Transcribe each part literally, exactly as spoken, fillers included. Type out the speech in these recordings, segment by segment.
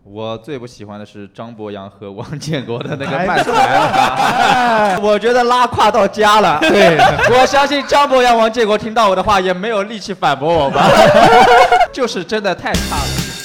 我最不喜欢的是张博洋和王建国的那个慢传，我觉得拉胯到家了。对，我相信张博洋、王建国听到我的话也没有力气反驳我吧，就是真的太差了。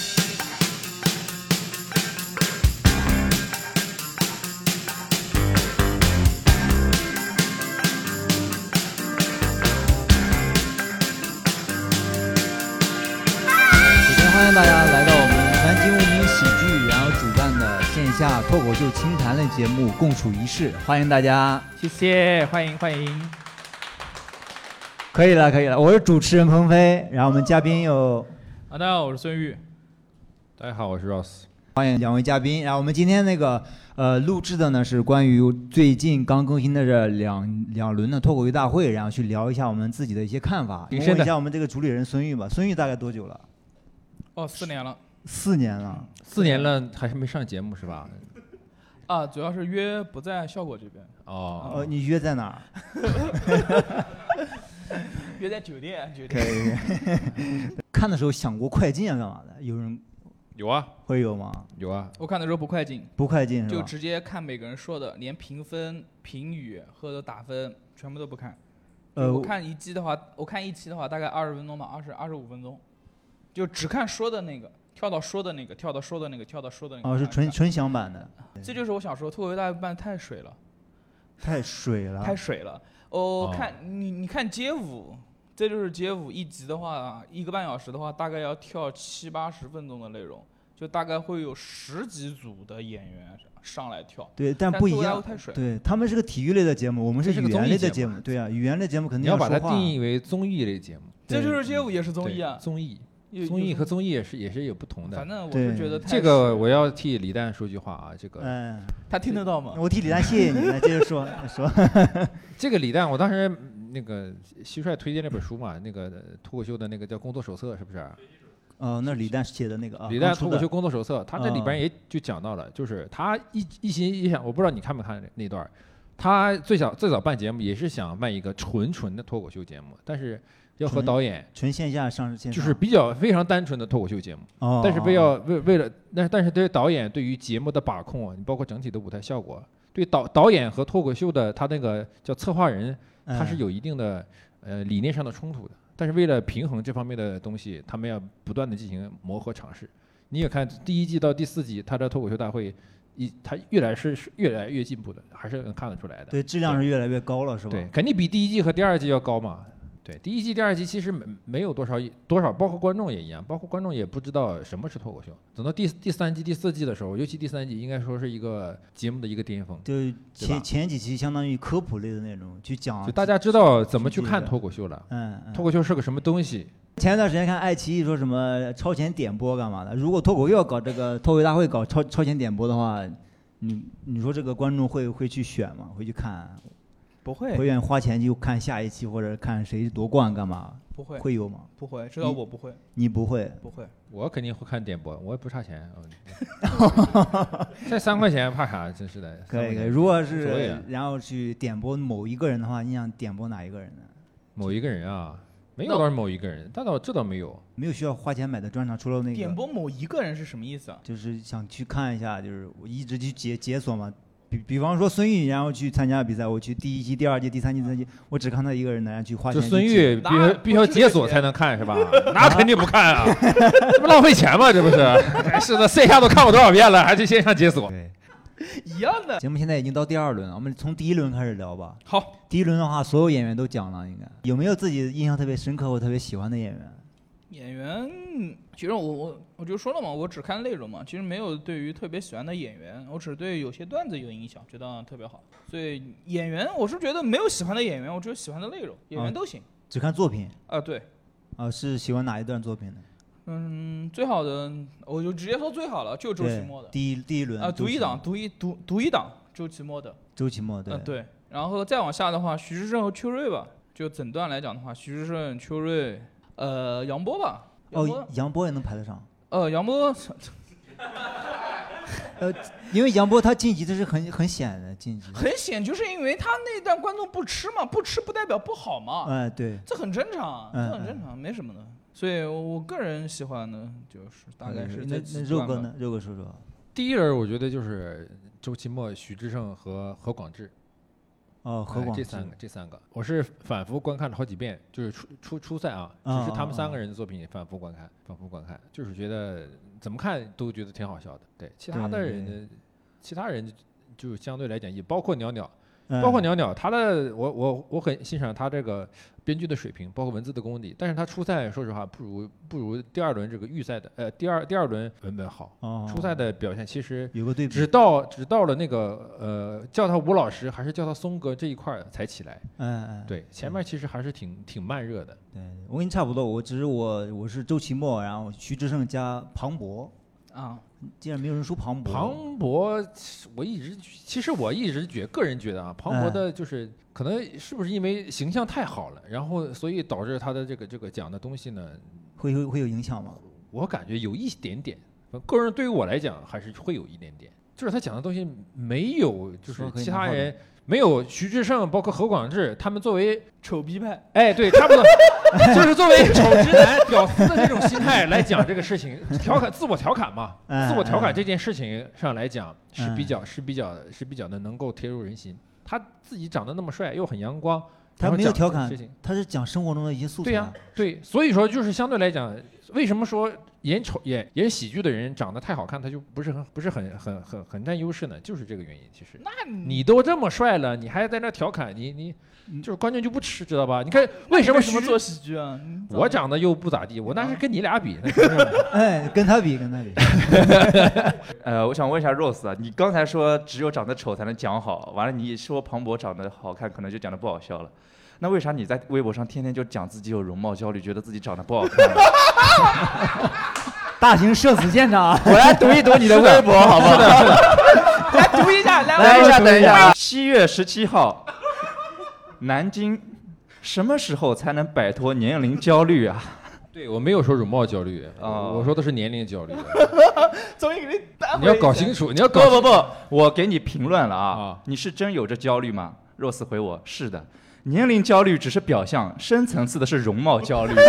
首先欢迎大家来到我们南京无名喜剧，然后主办的线下脱口秀清谈类节目《共处一室》，欢迎大家， 谢谢，欢迎欢迎。 可以了，可以了，我是主持人鹏飞，然后我们嘉宾有， 啊，大家好，我是孙玉。 大家好，我是 Ross。 欢迎两位嘉宾，然后我们今天那个呃录制的呢是关于最近刚更新的这两两轮的脱口秀大会，然后去聊一下我们自己的一些看法。问一下我们这个主理人孙玉吧，孙玉大概多久了？ 哦，四年了。 四年了， 四年了还是没上节目是吧？ 啊，主要是约不在效果这边。 哦， 哦，你约在哪儿？ 约在酒店，酒店。 可以。看的时候想过快进啊，干嘛的？有人有啊， 会有吗？ 有啊。 我看的时候不快进， 不快进是吧？ 就直接看每个人说的，连评分、评语或者打分全部都不看。呃，我看一季的话，我看一期的话大概二十分钟吧，二十二十五分钟，就只看说的那个。跳到说的那个，跳到说的那个，跳到说的那个。 哦，是纯纯享版的。 这就是我想说，脱口秀大会办太水了， 太水了， 太水了。哦，看你你看街舞，这就是街舞一集的话，一个半小时的话，大概要跳七八十分钟的内容，就大概会有十几组的演员上来跳。 对，但不一样。 太水了。 对，他们是个体育类的节目，我们是语言类的节目。对啊，语言类节目肯定要把它定义为综艺类节目。 这就是街舞也是综艺啊， 综艺。综艺和综艺也是也是有不同的。 反正我是觉得这个我要替李诞说句话啊，这个， 嗯， 他听得到吗？ 我替李诞谢谢你，来接着说说。 这个李诞，我当时那个蟋蟀推荐那本书嘛，那个脱口秀的那个叫工作手册，是不是？ 哦，那李诞写的那个啊， 李诞脱口秀工作手册，他这里边也就讲到了，就是他一一心一想，我不知道你看没看那段，他最早最早办节目也是想办一个纯纯的脱口秀节目，但是。要和导演纯线下上线上， 就是比较非常单纯的脱口秀节目， 哦、 但是为要为为了，但但是对导演对于节目的把控啊，你包括整体的舞台效果，对导导演和脱口秀的他那个叫策划人，他是有一定的、嗯、呃理念上的冲突的，但是为了平衡这方面的东西，他们要不断的进行磨合尝试。你也看第一季到第四季，他的脱口秀大会。一，它越来是越来越进步的，还是能看得出来的。 对，质量是越来越高了，是吧？ 对，肯定比第一季和第二季要高嘛。对，第一季、第二季其实没没有多少多少，包括观众也一样，包括观众也不知道什么是脱口秀。等到第第三季、第四季的时候，尤其第三季，应该说是一个节目的一个巅峰。 就前前几期相当于科普类的那种，去讲， 就大家知道怎么去看脱口秀了。 嗯，嗯脱口秀是个什么东西？ 前一段时间看爱奇艺说什么超前点播干嘛的，如果脱口秀要搞这个脱口秀大会搞超超前点播的话，你你说这个观众会会去选吗？会去看？ 不会， 会愿意花钱就看下一期或者看谁夺冠干嘛？ 不会， 会有吗？ 不会，知道我不会。 你不会？ 不会， 我肯定会看点播，我也不差钱。这三块钱怕啥？真是的。 可以可以，如果是然后去点播某一个人的话，你想点播哪一个人呢？ 某一个人啊，没有到某一个人，但倒这倒没有， 没有需要花钱买的专场，除了那个。 点播某一个人是什么意思啊？ 就是想去看一下，就是我一直去解解锁嘛。比比方说孙玉，然后去参加比赛，我去第一季、第二季、第三季、第三季，我只看他一个人，然后去花钱。 就孙玉必须必须要解锁才能看是吧？那肯定不看啊，这不浪费钱吗？这不是？是的，线下都看过多少遍了，还去线上解锁？ 对， 一样的。 节目现在已经到第二轮了，我们从第一轮开始聊吧。 好， 第一轮的话，所有演员都讲了，应该有没有自己印象特别深刻或特别喜欢的演员？ 演员，其实我我我就说了嘛，我只看内容嘛，其实没有对于特别喜欢的演员，我只对有些段子有影响，觉得特别好。所以演员，我是觉得没有喜欢的演员，我只有喜欢的内容，演员都行。 啊、只看作品啊？对。 啊，是喜欢哪一段作品呢？ 嗯，最好的我就直接说最好了，就周奇墨的。 第一第一轮啊，独一档，独一独独一档，周奇墨的。 周奇墨对、 啊。对。然后再往下的话，徐志胜和邱瑞吧，就整段来讲的话，徐志胜、邱瑞。呃，杨波吧。 哦，杨波也能排得上。 呃，杨波。 呃，因为杨波他晋级这是很很显的晋级。 很显，就是因为他那段观众不吃嘛，不吃不代表不好嘛。 哎，对。 这很正常， 嗯、 这很正常，嗯、没什么的。 所以我个人喜欢的就是大概是这几那肉哥呢？肉哥说说。 第一轮我觉得就是周奇墨、许志胜和何广智。 哦，何广智、 哎、这三个，这三个，我是反复观看了好几遍，就是初初初赛啊，只是他们三个人的作品反复观看，反复观看，就是觉得怎么看都觉得挺好笑的。对，其他的人呢，其他人就相对来讲，也包括鸟鸟，包括鸟鸟，他的我我我很欣赏他这个编剧的水平，包括文字的功底，但是他初赛说实话不如不如第二轮这个预赛的呃第二第二轮文本好， 哦、 初赛的表现其实有个对比， 只到只到了那个呃叫他吴老师还是叫他松哥这一块才起来， 嗯嗯， 对，前面其实还是挺挺慢热的。 对，我跟你差不多，我只是我我是周奇墨，然后徐志胜加庞博啊。 竟然没有人说庞博。 庞博，我一直其实我一直觉个人觉得啊，庞博的就是、嗯、可能是不是因为形象太好了，然后所以导致他的这个这个讲的东西呢， 会会会有影响吗？ 我感觉有一点点，个人对于我来讲还是会有一点点，就是他讲的东西没有就是其他人。没有徐志胜，包括何广智，他们作为丑逼派， 哎，对，差不多，就是作为丑直男、屌丝的这种心态来讲这个事情，调侃、自我调侃嘛， 哎、 自我调侃这件事情上来讲是比较、 哎、 是比较、是比较的能够贴入人心。他自己长得那么帅，又很阳光， 他没有调侃事情， 他是讲生活中的一些素材。 对呀、啊，对，所以说就是相对来讲，为什么说演丑演演喜剧的人长得太好看，他就不是很不是很很很很占优势呢？就是这个原因。其实， 那你都这么帅了，你还在那调侃，你你就是观众就不吃，知道吧？你看为什么什么做喜剧啊？ 我长得又不咋地，我那是跟你俩比， 哎，跟他比，跟他比。 呃，我想问一下 Rose 啊，你刚才说只有长得丑才能讲好，完了你说庞博长得好看，可能就讲得不好笑了。那为啥你在微博上天天就讲自己有容貌焦虑，觉得自己长得不好看？ 大型社死现场， 我来读一读你的微博，好不好？ 来读一下，来来一下，等一下。七月十七号，南京，什么时候才能摆脱年龄焦虑啊？ 对，我没有说容貌焦虑， 哦、 我说的是年龄焦虑。 终于给你打回你要搞清楚，你要搞不不不，我给你评论了啊， 啊你是真有这焦虑吗 ？Rose 回我是的。年龄焦虑只是表象，深层次的是容貌焦虑，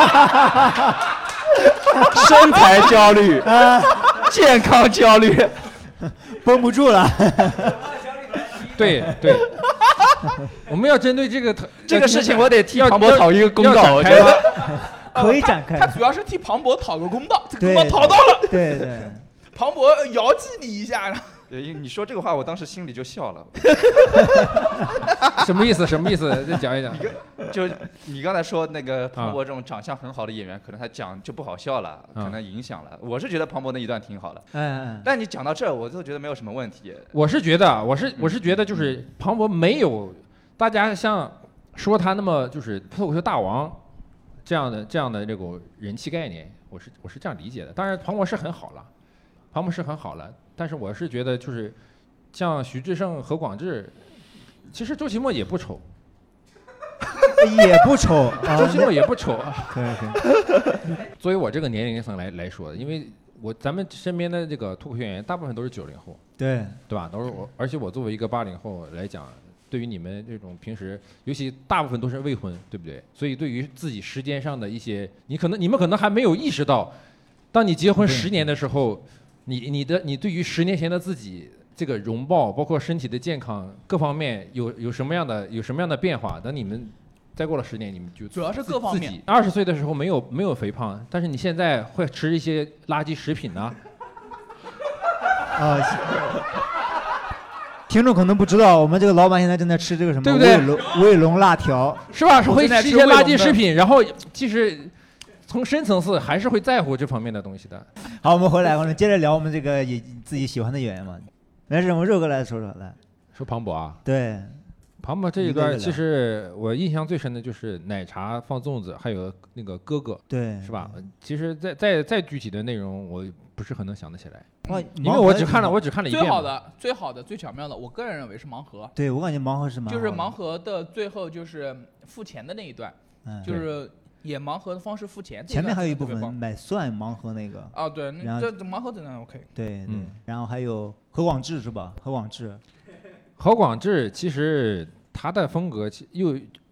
身材焦虑，健康焦虑， 绷不住了。 对对，我们要针对这个这个事情，我得替庞博讨一个公道，我觉得可以展开。 他主要是替庞博讨个公道，这个公道讨到了。 对对， 庞博遥祭你一下。 对，你说这个话，我当时心里就笑了。 什么意思？什么意思？再讲一讲。 就你刚才说那个庞博这种长相很好的演员，可能他讲就不好笑了， 啊、 可能影响了。我是觉得庞博那一段挺好的， 嗯， 但你讲到这，我就觉得没有什么问题。 我是觉得，我是我是觉得，就是庞博没有大家像说他那么就是脱口秀大王这样的这样的这种人气概念，我是我是这样理解的。当然，庞博是很好了，庞博是很好了。但是我是觉得，就是像徐志胜、何广智，其实周奇墨也不丑， 也不丑， 周奇墨也不丑。 可以可以。 作为我这个年龄层来来说，因为我咱们身边的这个脱口秀演员大部分都是九零后， 对对吧？都是我，而且我作为一个八零后来讲，对于你们这种平时，尤其大部分都是未婚，对不对？所以对于自己时间上的一些，你可能你们可能还没有意识到，当你结婚十年的时候。你你的你对于十年前的自己这个容貌，包括身体的健康各方面有有什么样的有什么样的变化？等你们再过了十年，你们就主要是各方面。 二十岁的时候没有没有肥胖，但是你现在会吃一些垃圾食品呢、 啊？啊，听众可能不知道，我们这个老板现在正在吃这个什么对不对？ 卫龙卫龙辣条是吧？是会吃一些垃圾食品，然后其实。从深层次还是会在乎这方面的东西的。 好，我们回来，我们接着聊我们这个也自己喜欢的演员嘛。来，让我们肉哥来说说，来说庞博啊。 对， 庞博这一段，其实我印象最深的就是奶茶放粽子，还有那个哥哥， 对， 是吧？其实再再再具体的内容，我不是很能想得起来， 哇， 因为我只看了我只看了一遍。 最好的、最好的、最巧妙的，我个人认为是盲盒。 对，我感觉盲盒是盲盒， 就是盲盒的最后就是付钱的那一段， 嗯、 就是。演盲盒的方式付钱， 前面还有一部分买蒜盲盒那个啊，对，这这盲盒真的 OK。 对对、 嗯， 然后还有何广智是吧？何广智， 何广智其实他的风格又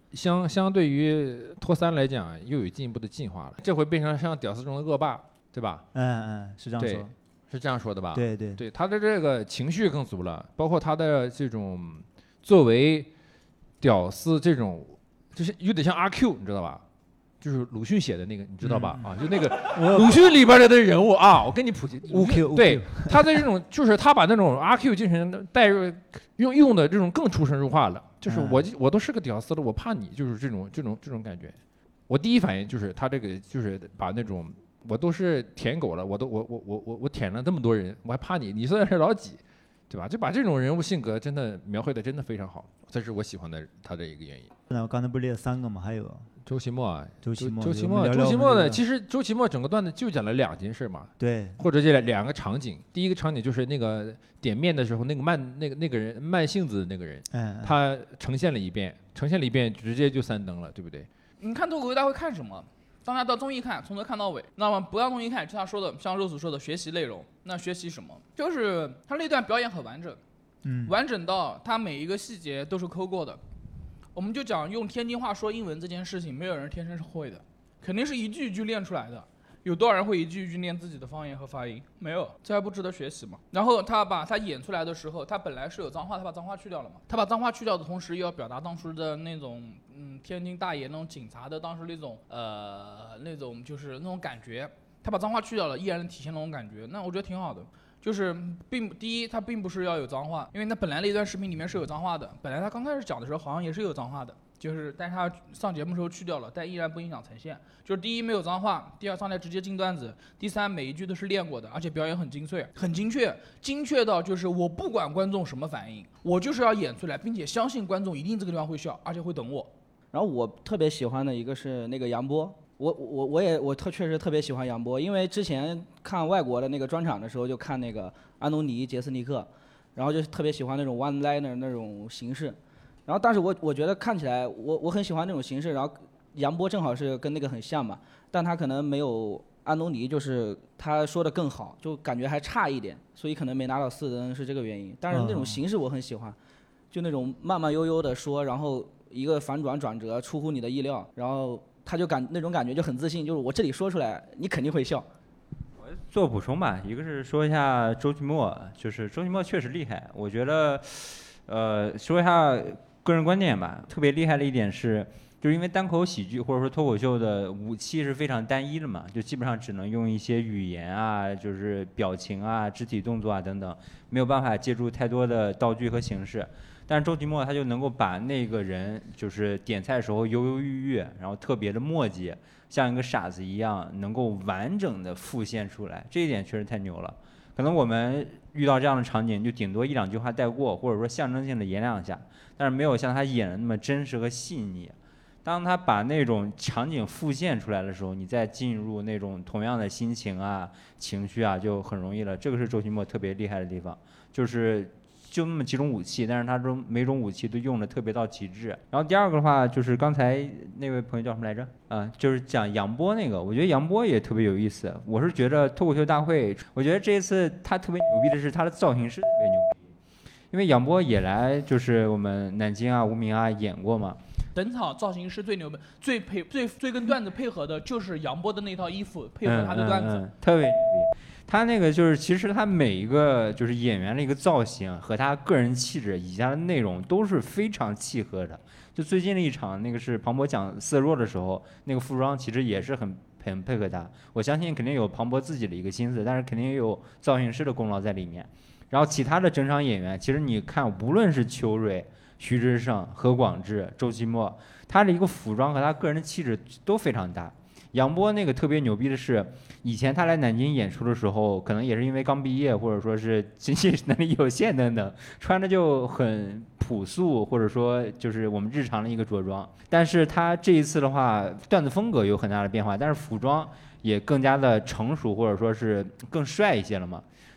相相对于托三来讲，又有进一步的进化了。这回变成像屌丝中的恶霸，对吧？ 嗯嗯，是这样说， 是这样说的吧？ 对对对，他的这个情绪更足了，包括他的这种作为屌丝这种，就是有点像阿 Q， 你知道吧？就是鲁迅写的那个，你知道吧？嗯、啊，就那个鲁迅里边的人物啊，我跟你普及。 乌 Q 对，他的这种就是他把那种阿 Q 精神带入用用的这种更出神入化了。就是我我都是个屌丝了，我怕你，就是这种这种这种感觉。我第一反应就是他这个就是把那种我都是舔狗了，我都我我我我我舔了这么多人，我还怕你，你虽然是老几，对吧？就把这种人物性格真的描绘的真的非常好，这是我喜欢的他的一个原因。 那我刚才不是列了三个吗？还有周奇墨啊， 周奇墨， 周奇墨，周奇墨的，其实周奇墨整个段子就讲了两件事嘛， 对， 或者这两个场景。第一个场景就是那个点面的时候，那个慢那个那个人慢性子的那个人， 嗯， 他呈现了一遍，呈现了一遍，直接就三登了，对不对？ 你看脱口秀大会看什么？当他到综艺看，从头看到尾。那么不让综艺看，就他说的，像肉鼠说的，学习内容。那学习什么？就是他那段表演很完整， 嗯， 完整到他每一个细节都是抠过的。我们就讲用天津话说英文这件事情，没有人天生是会的，肯定是一句一句练出来的。有多少人会一句一句练自己的方言和发音？没有，这还不值得学习吗？然后他把他演出来的时候，他本来是有脏话，他把脏话去掉了嘛。他把脏话去掉的同时，又要表达当时的那种，嗯，天津大爷那种警察的当时那种，呃，那种就是那种感觉。他把脏话去掉了，依然能体现那种感觉，那我觉得挺好的。就是并第一，他并不是要有脏话，因为他本来那段视频里面是有脏话的。本来他刚开始讲的时候好像也是有脏话的，就是但是他上节目的时候去掉了，但依然不影响呈现。就是第一没有脏话，第二上来直接进段子，第三每一句都是练过的，而且表演很精粹、很精确，精确到就是我不管观众什么反应，我就是要演出来，并且相信观众一定这个地方会笑，而且会等我。 然后我特别喜欢的一个是那个杨波。我我我也我特确实特别喜欢杨波，因为之前看外国的那个专场的时候就看那个安东尼·杰斯尼克，然后就特别喜欢那种 one liner 那种形式，然后但是我我觉得看起来我我很喜欢那种形式，然后杨波正好是跟那个很像嘛，但他可能没有安东尼就是他说的更好，就感觉还差一点，所以可能没拿到四登是这个原因。但是那种形式我很喜欢，就那种慢慢悠悠的说，然后一个反转转折出乎你的意料，然后。他就感那种感觉就很自信，就是我这里说出来，你肯定会笑。 我做补充吧，一个是说一下周奇墨，就是周奇墨确实厉害，我觉得，呃，说一下个人观点吧。特别厉害的一点是，就是因为单口喜剧或者说脱口秀的武器是非常单一的嘛，就基本上只能用一些语言啊，就是表情啊、肢体动作啊等等，没有办法借助太多的道具和形式。但是周奇墨他就能够把那个人就是点菜的时候犹犹豫豫，然后特别的磨叽，像一个傻子一样，能够完整的复现出来，这一点确实太牛了。可能我们遇到这样的场景，就顶多一两句话带过，或者说象征性的演两下，但是没有像他演的那么真实和细腻。当他把那种场景复现出来的时候，你再进入那种同样的心情啊、情绪啊，就很容易了。这个是周奇墨特别厉害的地方，就是。就那么几种武器，但是他中每种武器都用的特别到极致。然后第二个的话，就是刚才那位朋友叫什么来着？啊，就是讲杨波那个，我觉得杨波也特别有意思。我是觉得脱口秀大会，我觉得这一次他特别牛逼的是他的造型师特别牛逼，因为杨波也来就是我们南京啊、无名啊演过嘛。 本场造型师最牛逼、最配、最最跟段子配合的就是杨波的那套衣服，配合他的段子， 嗯嗯嗯、特别牛逼。他那个就是，其实他每一个就是演员的一个造型和他个人气质以及他的内容都是非常契合的。就最近的一场，那个是庞博讲色弱的时候，那个服装其实也是很很配合他。我相信肯定有庞博自己的一个心思，但是肯定也有造型师的功劳在里面。然后其他的整场演员，其实你看，无论是邱瑞、徐志胜、何广智、周奇墨，他的一个服装和他个人的气质都非常搭。杨波那个特别牛逼的是，以前他来南京演出的时候，可能也是因为刚毕业，或者说是经济能力有限等等，穿的就很朴素，或者说就是我们日常的一个着装。但是他这一次的话，段子风格有很大的变化，但是服装也更加的成熟，或者说是更帅一些了嘛。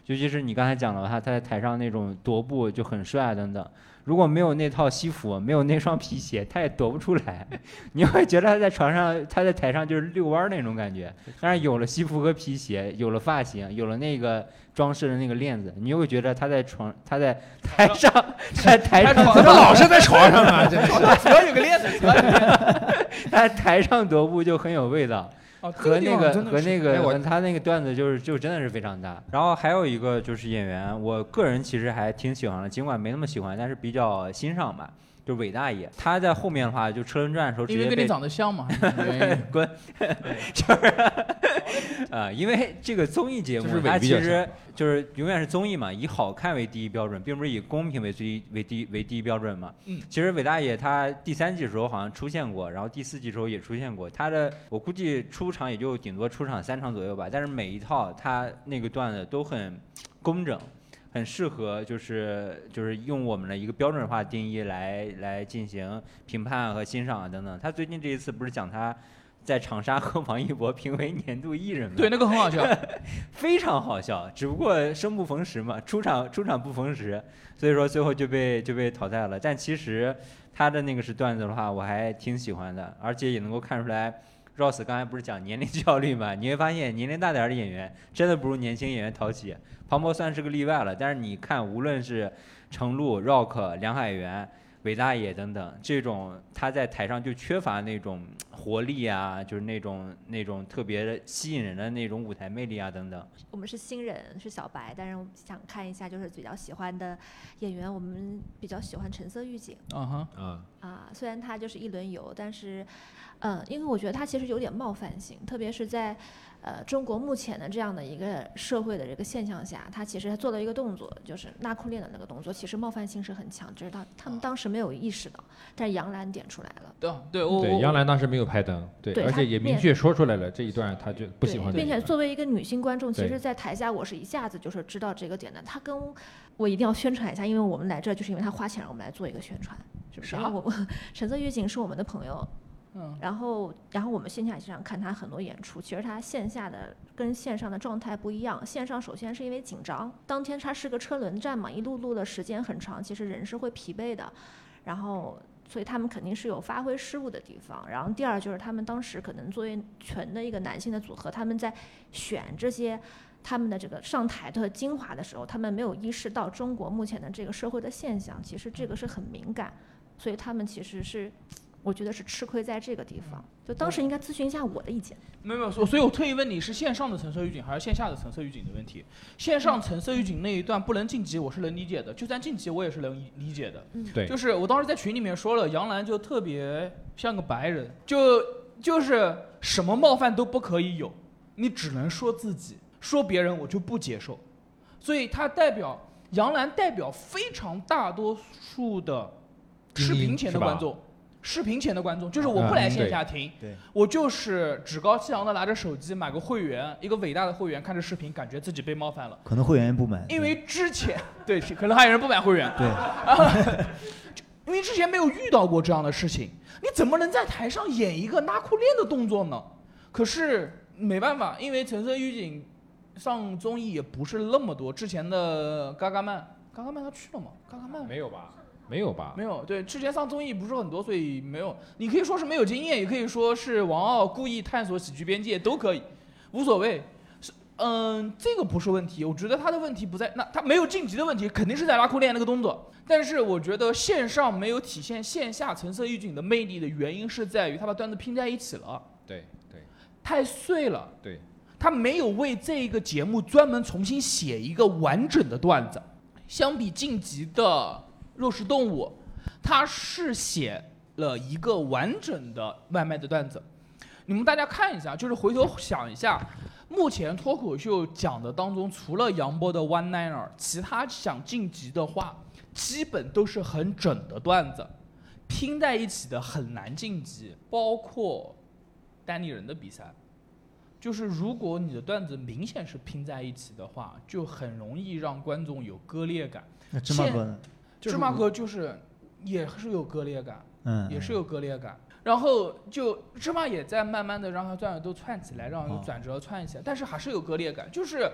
尤其是你刚才讲了他他在台上那种踱步就很帅等等。如果没有那套西服，没有那双皮鞋，他也踱不出来。你会觉得他在床上，他在台上就是遛弯那种感觉。但是有了西服和皮鞋，有了发型，有了那个装饰的那个链子，你就会觉得他在床，他在台上，在台上怎么老是在床上啊？真是， 主要有个链子，主要有个链子。 他在台上踱步就很有味道。 哦、 和那个和那个和他那个段子就是就真的是非常大。然后还有一个就是演员，我个人其实还挺喜欢的，尽管没那么喜欢，但是比较欣赏吧。就是韦大爷，他在后面的话就车轮转的时候直接被， 因为跟你长得像嘛， 滚，就是啊、呃，因为这个综艺节目它其实就是永远是综艺嘛，以好看为第一标准，并不是以公平为最一为第一为第一标准嘛。 嗯， 其实韦大爷他第三季的时候好像出现过，然后第四季的时候也出现过，他的我估计出场也就顶多出场三场左右吧，但是每一套他那个段子都很工整。很适合就是就是用我们的一个标准化定义来来进行评判和欣赏啊等等。他最近这一次不是讲他在长沙和王一博评为年度艺人吗？ 对，那个很好笑， 非常好笑，只不过生不逢时嘛，出场出场不逢时，所以说最后就被就被淘汰了。但其实他的那个是段子的话，我还挺喜欢的，而且也能够看出来。Ross 刚才不是讲年龄焦虑嘛？你会发现年龄大点的演员真的不如年轻演员讨喜。庞博算是个例外了，但是你看，无论是程璐、Rock、梁海源、韦大爷等等，这种他在台上就缺乏那种活力啊，就是那种那种特别吸引人的那种舞台魅力啊等等。 我们是新人，是小白，但是我想看一下，就是比较喜欢的演员，我们比较喜欢陈色预警。 啊哈啊啊，虽然他就是一轮游，但是。嗯，因为我觉得他其实有点冒犯性，特别是在，呃，中国目前的这样的一个社会的这个现象下，他其实做了一个动作，就是拉裤链的那个动作，其实冒犯性是很强，只是他他们当时没有意识到，但是杨澜点出来了。 对对，我对杨澜当时没有拍灯，对， 对而且也明确说出来了这一段，他就不喜欢这一段。 并且作为一个女性观众，其实，在台下我是一下子就是知道这个点的。他跟我一定要宣传一下，因为我们来这就是因为他花钱让我们来做一个宣传，是不是？因为我陈色预警是我们的朋友。嗯，然后，然后我们线下经常看他很多演出，其实他线下的跟线上的状态不一样。线上首先是因为紧张，当天他是个车轮战嘛，一路录的时间很长，其实人是会疲惫的，然后所以他们肯定是有发挥失误的地方。然后第二就是他们当时可能作为全的一个男性的组合，他们在选这些他们的这个上台的精华的时候，他们没有意识到中国目前的这个社会的现象，其实这个是很敏感，所以他们其实是。我觉得是吃亏在这个地方，就当时应该咨询一下我的意见。 没有没有，所以我特意问你是线上的橙色预警还是线下的橙色预警的问题。线上橙色预警那一段不能晋级，我是能理解的，就算晋级我也是能理解的。 嗯， 对， 就是我当时在群里面说了，杨澜就特别像个白人，就就是什么冒犯都不可以有，你只能说自己，说别人我就不接受。所以他代表杨澜代表非常大多数的视频前的观众。视频前的观众，就是我不来线下听， 嗯、 我就是趾高气扬的拿着手机买个会员，一个伟大的会员，看着视频，感觉自己被冒犯了。 可能会员不买， 因为之前对，可能还有人不买会员。 对， 因为之前没有遇到过这样的事情，你怎么能在台上演一个拉裤链的动作呢？可是没办法，因为橙色预警上综艺也不是那么多，之前的嘎嘎曼，嘎嘎曼他去了吗？嘎嘎曼没有吧？没有吧？ 没有，对，之前上综艺不是很多，所以没有。你可以说是没有经验，也可以说是王傲故意探索喜剧边界，都可以，无所谓。是，嗯，这个不是问题。我觉得他的问题不在那，他没有晋级的问题，肯定是在拉裤链那个动作。但是我觉得线上没有体现线下橙色预警的魅力的原因是在于他把段子拼在一起了。 对对。 太碎了。 对。 他没有为这个节目专门重新写一个完整的段子，相比晋级的。肉食动物，他是写了一个完整的外卖的段子，你们大家看一下，就是回头想一下，目前脱口秀讲的当中，除了杨波的 one liner， 其他想晋级的话，基本都是很整的段子，拼在一起的很难晋级，包括单立人的比赛。就是如果你的段子明显是拼在一起的话，就很容易让观众有割裂感。 那芝麻哥呢？ 芝麻哥就是也是有割裂感， 嗯， 也是有割裂感。然后就芝麻也在慢慢的让他段子都串起来，让转折串起来，但是还是有割裂感。就是，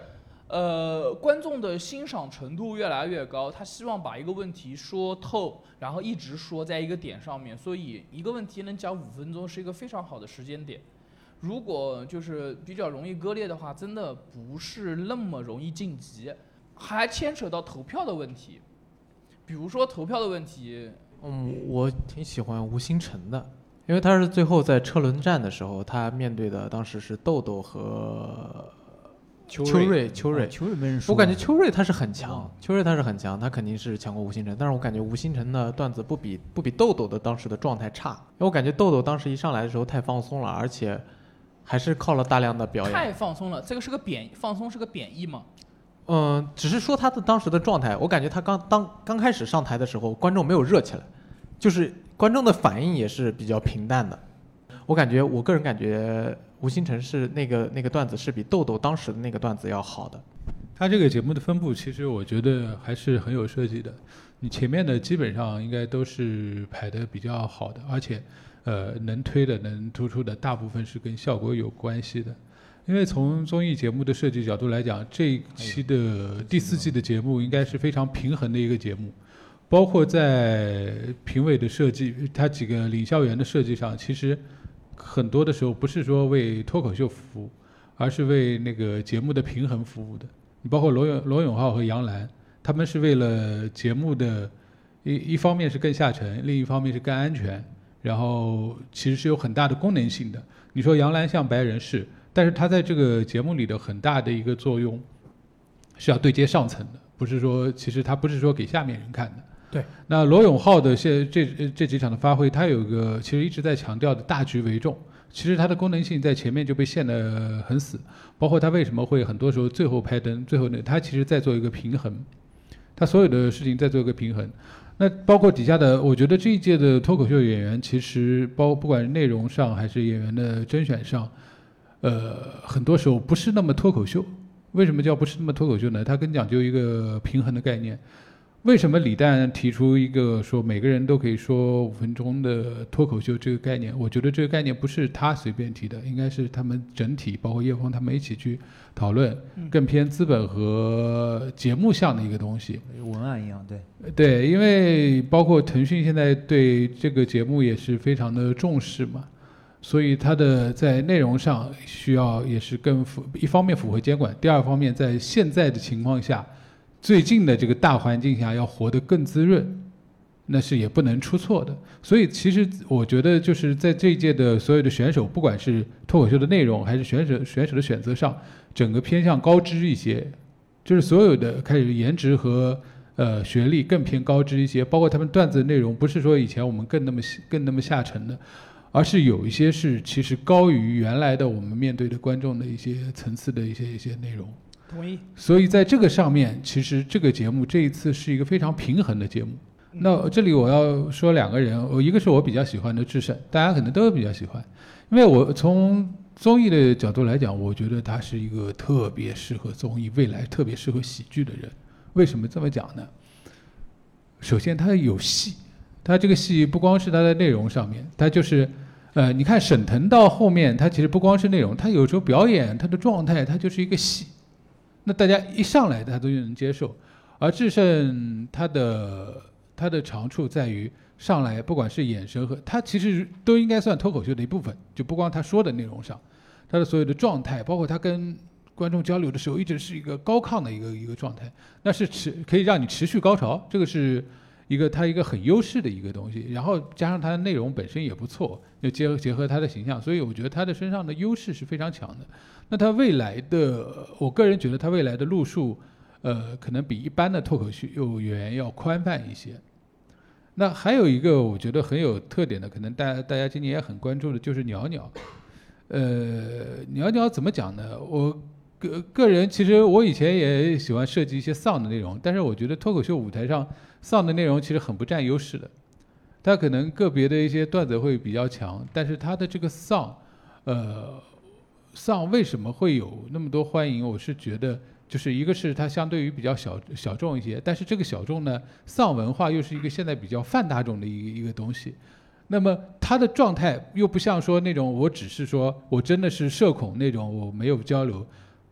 呃，观众的欣赏程度越来越高，他希望把一个问题说透，然后一直说在一个点上面，所以一个问题能讲五分钟是一个非常好的时间点。如果就是比较容易割裂的话，真的不是那么容易晋级，还牵扯到投票的问题。比如说投票的问题， 嗯，我挺喜欢吴星辰的，因为他是最后在车轮战的时候，他面对的当时是豆豆和。秋瑞，秋瑞， 秋瑞没人说。 我感觉秋瑞他是很强，秋瑞他是很强，他肯定是强过吴星辰。但是我感觉吴星辰的段子不比不比豆豆的当时的状态差，因为我感觉豆豆当时一上来的时候太放松了，而且还是靠了大量的表演。 太放松了，这个是个贬，放松是个贬义吗？ 嗯，只是说他的当时的状态，我感觉他刚当刚开始上台的时候，观众没有热起来，就是观众的反应也是比较平淡的。我感觉，我个人感觉。吴星辰是那个那个段子是比豆豆当时的那个段子要好的。 他这个节目的分布，其实我觉得还是很有设计的。你前面的基本上应该都是排的比较好的，而且，呃，能推的、能突出的，大部分是跟效果有关系的。因为从综艺节目的设计角度来讲，这一期的第四季的节目应该是非常平衡的一个节目，包括在评委的设计，他几个领笑员的设计上，其实。很多的时候不是说为脱口秀服务，而是为那个节目的平衡服务的。你包括罗永罗永浩和杨澜，他们是为了节目的一一方面是更下沉，另一方面是更安全，然后其实是有很大的功能性的。你说杨澜像白人是，但是他在这个节目里的很大的一个作用是要对接上层的，不是说其实他不是说给下面人看的。 对， 那罗永浩的现这这几场的发挥，他有个其实一直在强调的大局为重，其实它的功能性在前面就被限得很死，包括他为什么会很多时候最后拍灯，最后呢，他其实在做一个平衡，他所有的事情在做一个平衡。那包括底下的，我觉得这一届的脱口秀演员，其实包不管是内容上还是演员的甄选上，呃，很多时候不是那么脱口秀。为什么叫不是那么脱口秀呢？它更讲究一个平衡的概念。为什么李诞提出一个说每个人都可以说五分钟的脱口秀这个概念？我觉得这个概念不是他随便提的，应该是他们整体包括叶枫他们一起去讨论，更偏资本和节目向的一个东西。 文案一样，对对，因为包括腾讯现在对这个节目也是非常的重视嘛，所以它的在内容上需要也是更符，一方面符合监管，第二方面在现在的情况下。最近的这个大环境下要活得更滋润，那是也不能出错的。所以其实我觉得就是在这一届的所有的选手，不管是脱口秀的内容还是选手选手的选择上，整个偏向高知一些，就是所有的开始颜值和呃学历更偏高知一些，包括他们段子的内容不是说以前我们更那么更那么下沉的，而是有一些是其实高于原来的我们面对的观众的一些层次的一些一些内容。 同意。 所以在这个上面，其实这个节目这一次是一个非常平衡的节目。那这里我要说两个人，一个是我比较喜欢的智胜，大家可能都比较喜欢，因为我从综艺的角度来讲，我觉得他是一个特别适合综艺，未来特别适合喜剧的人。为什么这么讲呢？首先他有戏，他这个戏不光是他在内容上面，他就是呃，你看沈腾到后面，他其实不光是内容，他有时候表演他的状态，他就是一个戏。那大家一上来他都能接受，而智胜他的他的长处在于上来不管是眼神和他其实都应该算脱口秀的一部分，就不光他说的内容上，他的所有的状态，包括他跟观众交流的时候，一直是一个高亢的一个一个状态，那是持可以让你持续高潮，这个是一个他一个很优势的一个东西，然后加上他的内容本身也不错，又结合结合他的形象，所以我觉得他的身上的优势是非常强的。那他未来的，我个人觉得他未来的路数，呃，可能比一般的脱口秀演员要宽泛一些。那还有一个我觉得很有特点的，可能大家大家今年也很关注的，就是鸟鸟。呃，鸟鸟怎么讲呢？我个个人其实我以前也喜欢设计一些丧的内容，但是我觉得脱口秀舞台上丧的内容其实很不占优势的。他可能个别的一些段子会比较强，但是他的这个丧，呃。丧为什么会有那么多欢迎？我是觉得，就是一个是它相对于比较小小众一些，但是这个小众呢，丧文化又是一个现在比较泛大众的一个一个东西。那么它的状态又不像说那种我只是说我真的是社恐那种，我没有交流，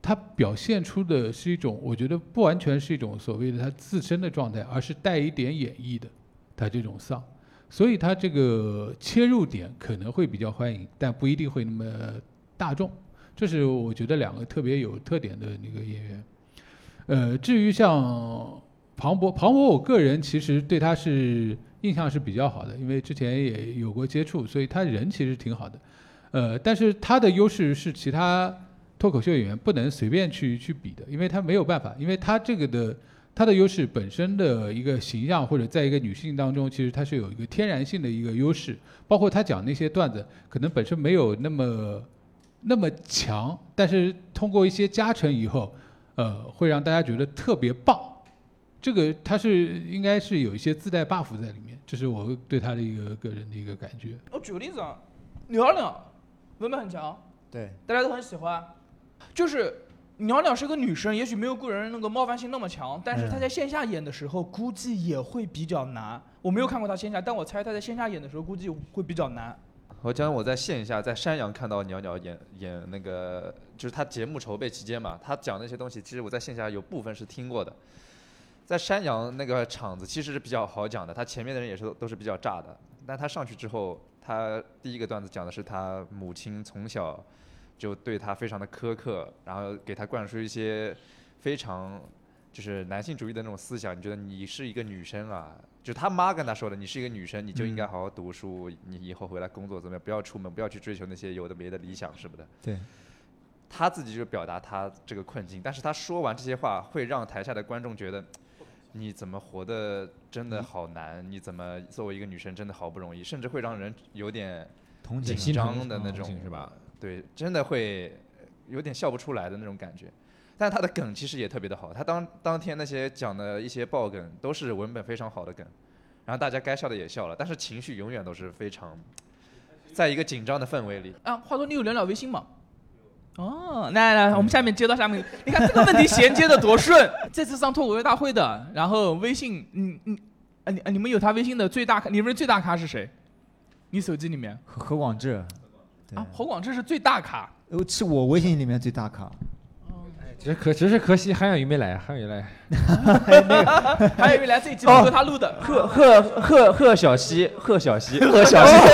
他表现出的是一种，我觉得不完全是一种所谓的他自身的状态，而是带一点演绎的，他这种丧，所以他这个切入点可能会比较欢迎，但不一定会那么大众。这是我觉得两个特别有特点的那个演员。呃，至于像庞博，庞博我个人其实对他是印象是比较好的，因为之前也有过接触，所以他人其实挺好的。呃，但是他的优势是其他脱口秀演员不能随便去去比的，因为他没有办法，因为他这个的他的优势本身的一个形象，或者在一个女性当中，其实他是有一个天然性的一个优势，包括他讲那些段子，可能本身没有那么那么强，但是通过一些加成以后，呃，会让大家觉得特别棒。这个他是应该是有一些自带 buff 在里面，这是我对他的一个个人的一个感觉。 我举个例子啊，鸟鸟文本很强， 对， 大家都很喜欢。就是鸟鸟是个女生，也许没有个人那个冒犯性那么强，但是她在线下演的时候，估计也会比较难。我没有看过她线下，但我猜她在线下演的时候，估计会比较难。 我讲我在线下在山羊看到鸟鸟演演那个，就是他节目筹备期间嘛，他讲那些东西，其实我在线下有部分是听过的。在山羊那个场子其实是比较好讲的，他前面的人也是都是比较炸的，但他上去之后，他第一个段子讲的是他母亲从小就对他非常的苛刻，然后给他灌输一些非常就是男性主义的那种思想，你觉得你是一个女生啊，就是他妈跟他说的，你是一个女生，你就应该好好读书，嗯、你以后回来工作怎么样，不要出门，不要去追求那些有的没的理想什么的。 对， 他自己就表达他这个困境，但是他说完这些话，会让台下的观众觉得，你怎么活得真的好难，你怎么作为一个女生真的好不容易，甚至会让人有点紧张的那种， 是吧？ 对，真的会有点笑不出来的那种感觉。但他的梗其实也特别的好，他当当天那些讲的一些爆梗都是文本非常好的梗，然后大家该笑的也笑了，但是情绪永远都是非常在一个紧张的氛围里。 啊，话说你有聊聊微信吗？哦，来来，我们下面接到下面，你看这个问题衔接的多顺。这次上脱口秀大会的，然后微信，嗯嗯，啊你啊你们有他微信的最大咖，你认为最大咖是谁？你手机里面？ 何何广智。 啊，侯广智是最大咖。 呃，是我微信里面最大咖。 只可只是可惜韩小鱼没来，韩小鱼来。 韩小鱼来这一集不和他录的。 贺贺贺贺小西，贺小西，贺小西。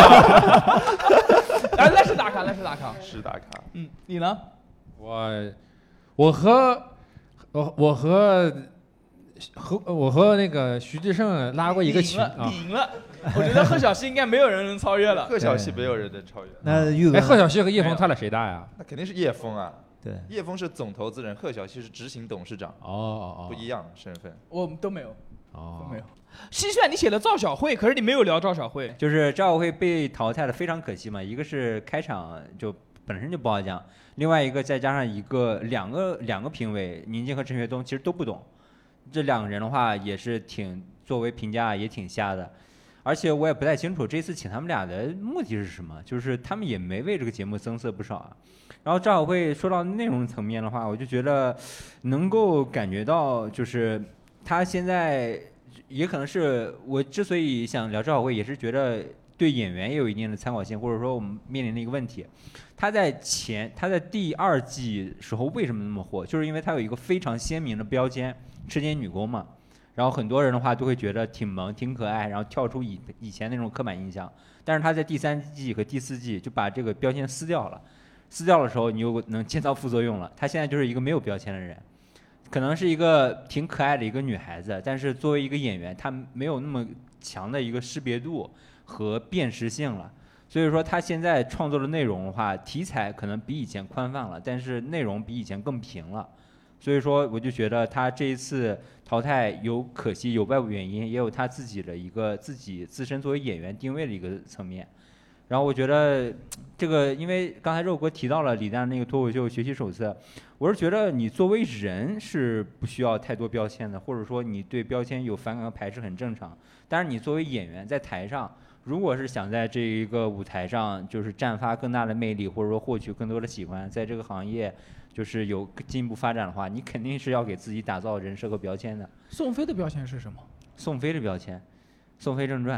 啊，那是大咖，那是大咖， 是大咖。 嗯，你呢？ 我我和我我和和我和那个徐志胜拉过一个群啊。 你赢了。我觉得贺小西应该没有人能超越了。 贺小西没有人能超越。 那玉哥， 哎，贺小西和叶枫他俩谁大呀？ 那肯定是叶枫啊。 对， 叶枫是总投资人，贺小西是执行董事长。 哦哦哦， 不一样身份。 我们都没有。 哦， 都没有。西炫，你写了赵小慧，可是你没有聊赵小慧。 就是赵小慧被淘汰了，非常可惜嘛。一个是开场就本身就不好讲，另外一个再加上一个两个两个评委，宁静和陈学冬其实都不懂。这两个人的话也是挺作为评价也挺瞎的。而且我也不太清楚这次请他们俩的目的是什么，就是他们也没为这个节目增色不少啊。然后赵小慧说到内容层面的话，我就觉得能够感觉到，就是他现在也可能是我之所以想聊赵小慧，也是觉得对演员也有一定的参考性，或者说我们面临的一个问题，他在前他在第二季时候为什么那么火，就是因为他有一个非常鲜明的标签，吃奸女工嘛。然后很多人的话都会觉得挺萌挺可爱，然后跳出以以前那种刻板印象。但是他在第三季和第四季就把这个标签撕掉了，撕掉的时候你又能见到副作用了。他现在就是一个没有标签的人，可能是一个挺可爱的一个女孩子，但是作为一个演员，她没有那么强的一个识别度和辨识性了。所以说他现在创作的内容的话，题材可能比以前宽泛了，但是内容比以前更平了。所以说我就觉得他这一次淘汰有可惜，有外部原因，也有他自己的一个自己自身作为演员定位的一个层面。然后我觉得这个，因为刚才肉哥提到了李诞那个脱口秀学习手册，我是觉得你作为人是不需要太多标签的，或者说你对标签有反感和排斥很正常。但是你作为演员在台上，如果是想在这一个舞台上就是绽发更大的魅力，或者说获取更多的喜欢，在这个行业就是有进一步发展的话，你肯定是要给自己打造人设和标签的。 宋飞的标签是什么？ 宋飞的标签，宋飞正传，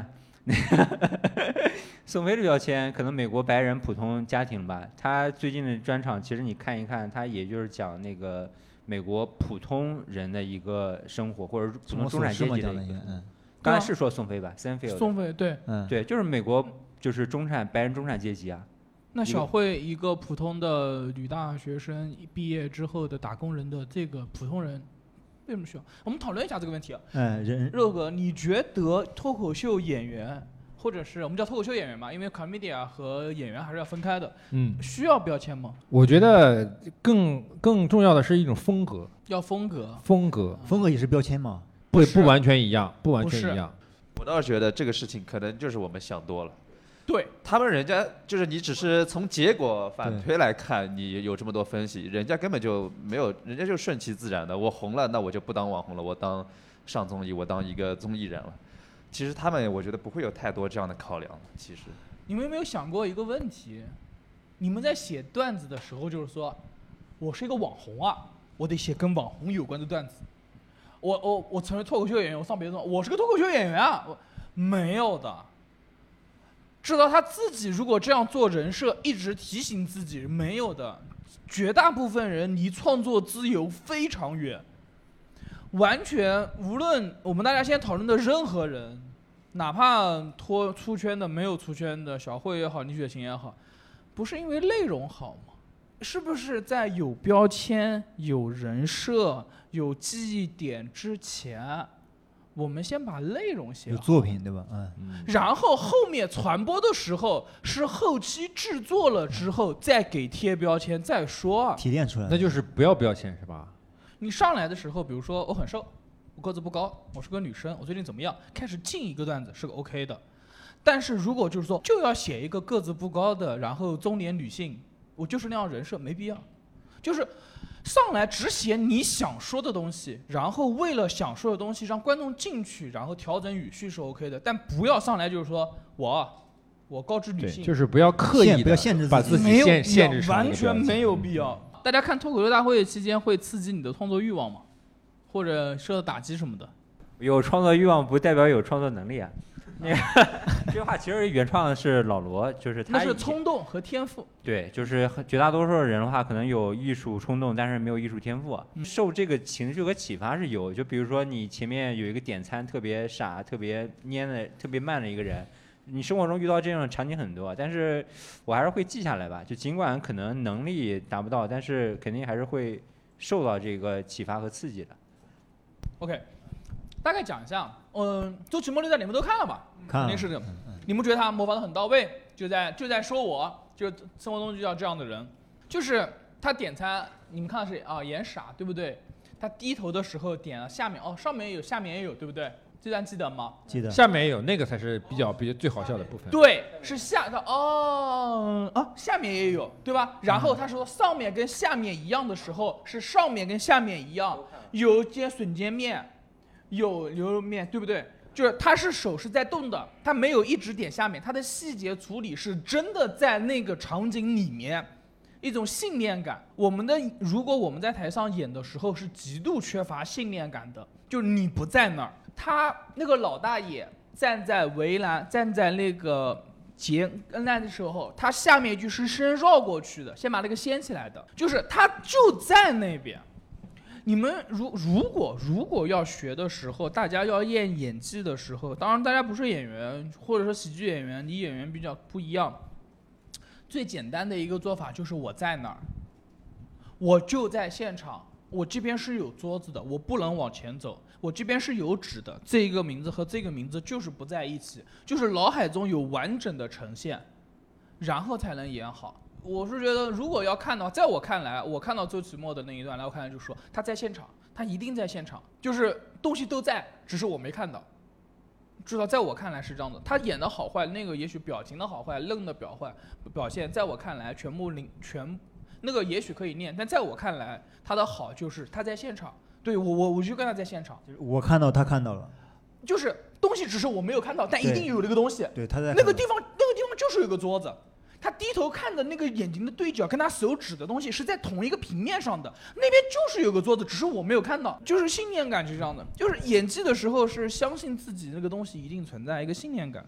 宋飞的标签可能美国白人普通家庭吧，他最近的专场其实你看一看，他也就是讲那个美国普通人的一个生活，或者普通中产阶级的一个。嗯，刚才是说宋飞吧 ，Seinfeld。 宋飞对， 嗯， 对，就是美国就是中产白人中产阶级啊。 那小慧一个普通的女大学生毕业之后的打工人的这个普通人。为什么需要？我们讨论一下这个问题啊。 哎，人热哥，你觉得脱口秀演员，或者是我们叫脱口秀演员嘛？因为 comedian 和演员还是要分开的。 嗯， 需要标签吗？ 我觉得更更重要的是一种风格。 要风格。 风格， 风格也是标签吗？ 不，不完全一样，不完全一样。 我倒是觉得这个事情可能就是我们想多了。 对他们，人家就是你只是从结果反推来看，你有这么多分析，人家根本就没有，人家就顺其自然的。我红了，那我就不当网红了，我当上综艺，我当一个综艺人了。其实他们我觉得不会有太多这样的考量。其实你们有没有想过一个问题？你们在写段子的时候，就是说，我是一个网红啊，我得写跟网红有关的段子。我我我成为脱口秀演员，我上别人说我是个脱口秀演员啊，我没有的。知道他自己如果这样做人设，一直提醒自己没有的，绝大部分人离创作自由非常远，完全无论我们大家现在讨论的任何人，哪怕脱出圈的没有出圈的，小慧也好，李雪琴也好，不是因为内容好吗？是不是在有标签、有人设、有记忆点之前？我们先把内容写好， 有作品对吧？嗯， 然后后面传播的时候是后期制作了之后再给贴标签再说， 提炼出来， 那就是不要标签是吧？ 你上来的时候，比如说我很瘦，我个子不高，我是个女生，我最近怎么样？开始进一个段子是个 OK 的，但是如果就是说就要写一个个子不高的，然后中年女性，我就是那样人设，没必要，就是。上来只写你想说的东西，然后为了想说的东西让观众进去，然后调整语序是 OK 的，但不要上来就是说我我高知女性， 就是不要刻意的不要限制把自己限限制， 完全没有必要。大家看脱口秀大会期间会刺激你的创作欲望吗？或者受到打击什么的？ 有创作欲望不代表有创作能力啊。那个这句话其实原创的是老罗，就是他那是冲动和天赋。 对，就是绝大多数人的话，可能有艺术冲动，但是没有艺术天赋。嗯、受这个情绪和启发是有，就比如说你前面有一个点餐特别傻、特别蔫的、特别慢的一个人，你生活中遇到这种场景很多，但是我还是会记下来吧。就尽管可能能力达不到，但是肯定还是会受到这个启发和刺激的。 OK。大概讲一下，嗯，周奇墨那段你们都看了吧？ 看了， 肯定是的。你们觉得他模仿的很到位，就在就在说我，就生活中就叫这样的人，就是他点餐，你们看的是啊演傻，对不对？他低头的时候点了下面，哦上面也有，下面也有，对不对？这段记得吗？ 记得。 下面也有，那个才是比较比较最好笑的部分。 对，是下他哦啊下面也有，对吧？然后他说上面跟下面一样的时候，是上面跟下面一样，有煎笋煎面。有牛肉面，对不对？就是他是手是在动的，他没有一直点下面，他的细节处理是真的在那个场景里面，一种信念感。我们的如果我们在台上演的时候是极度缺乏信念感的，就是你不在那儿，他那个老大爷站在围栏，站在那个结恩爱的时候，他下面一句是先绕过去的，先把那个掀起来的，就是他就在那边。你们如如果如果要学的时候，大家要练演技的时候，当然大家不是演员，或者说喜剧演员，离演员比较不一样。最简单的一个做法就是我在那儿，我就在现场，我这边是有桌子的，我不能往前走，我这边是有纸的，这个名字和这个名字就是不在一起，就是脑海中有完整的呈现，然后才能演好。我是觉得，如果要看到，在我看来，我看到周奇墨的那一段，来我看来就说他在现场，他一定在现场，就是东西都在，只是我没看到。至少在我看来是这样的，他演的好坏，那个也许表情的好坏、愣的表坏表现，在我看来全部零全，那个也许可以练，但在我看来，他的好就是他在现场。对我我我就跟他在现场， 我看到他看到了， 就是东西只是我没有看到，但一定有那个东西。 对，他在那个地方，那个地方就是有个桌子。他低头看的那个眼睛的对角跟他手指的东西是在同一个平面上的，那边就是有个桌子，只是我没有看到。就是信念感是这样的，就是演技的时候是相信自己那个东西一定存在一个信念感。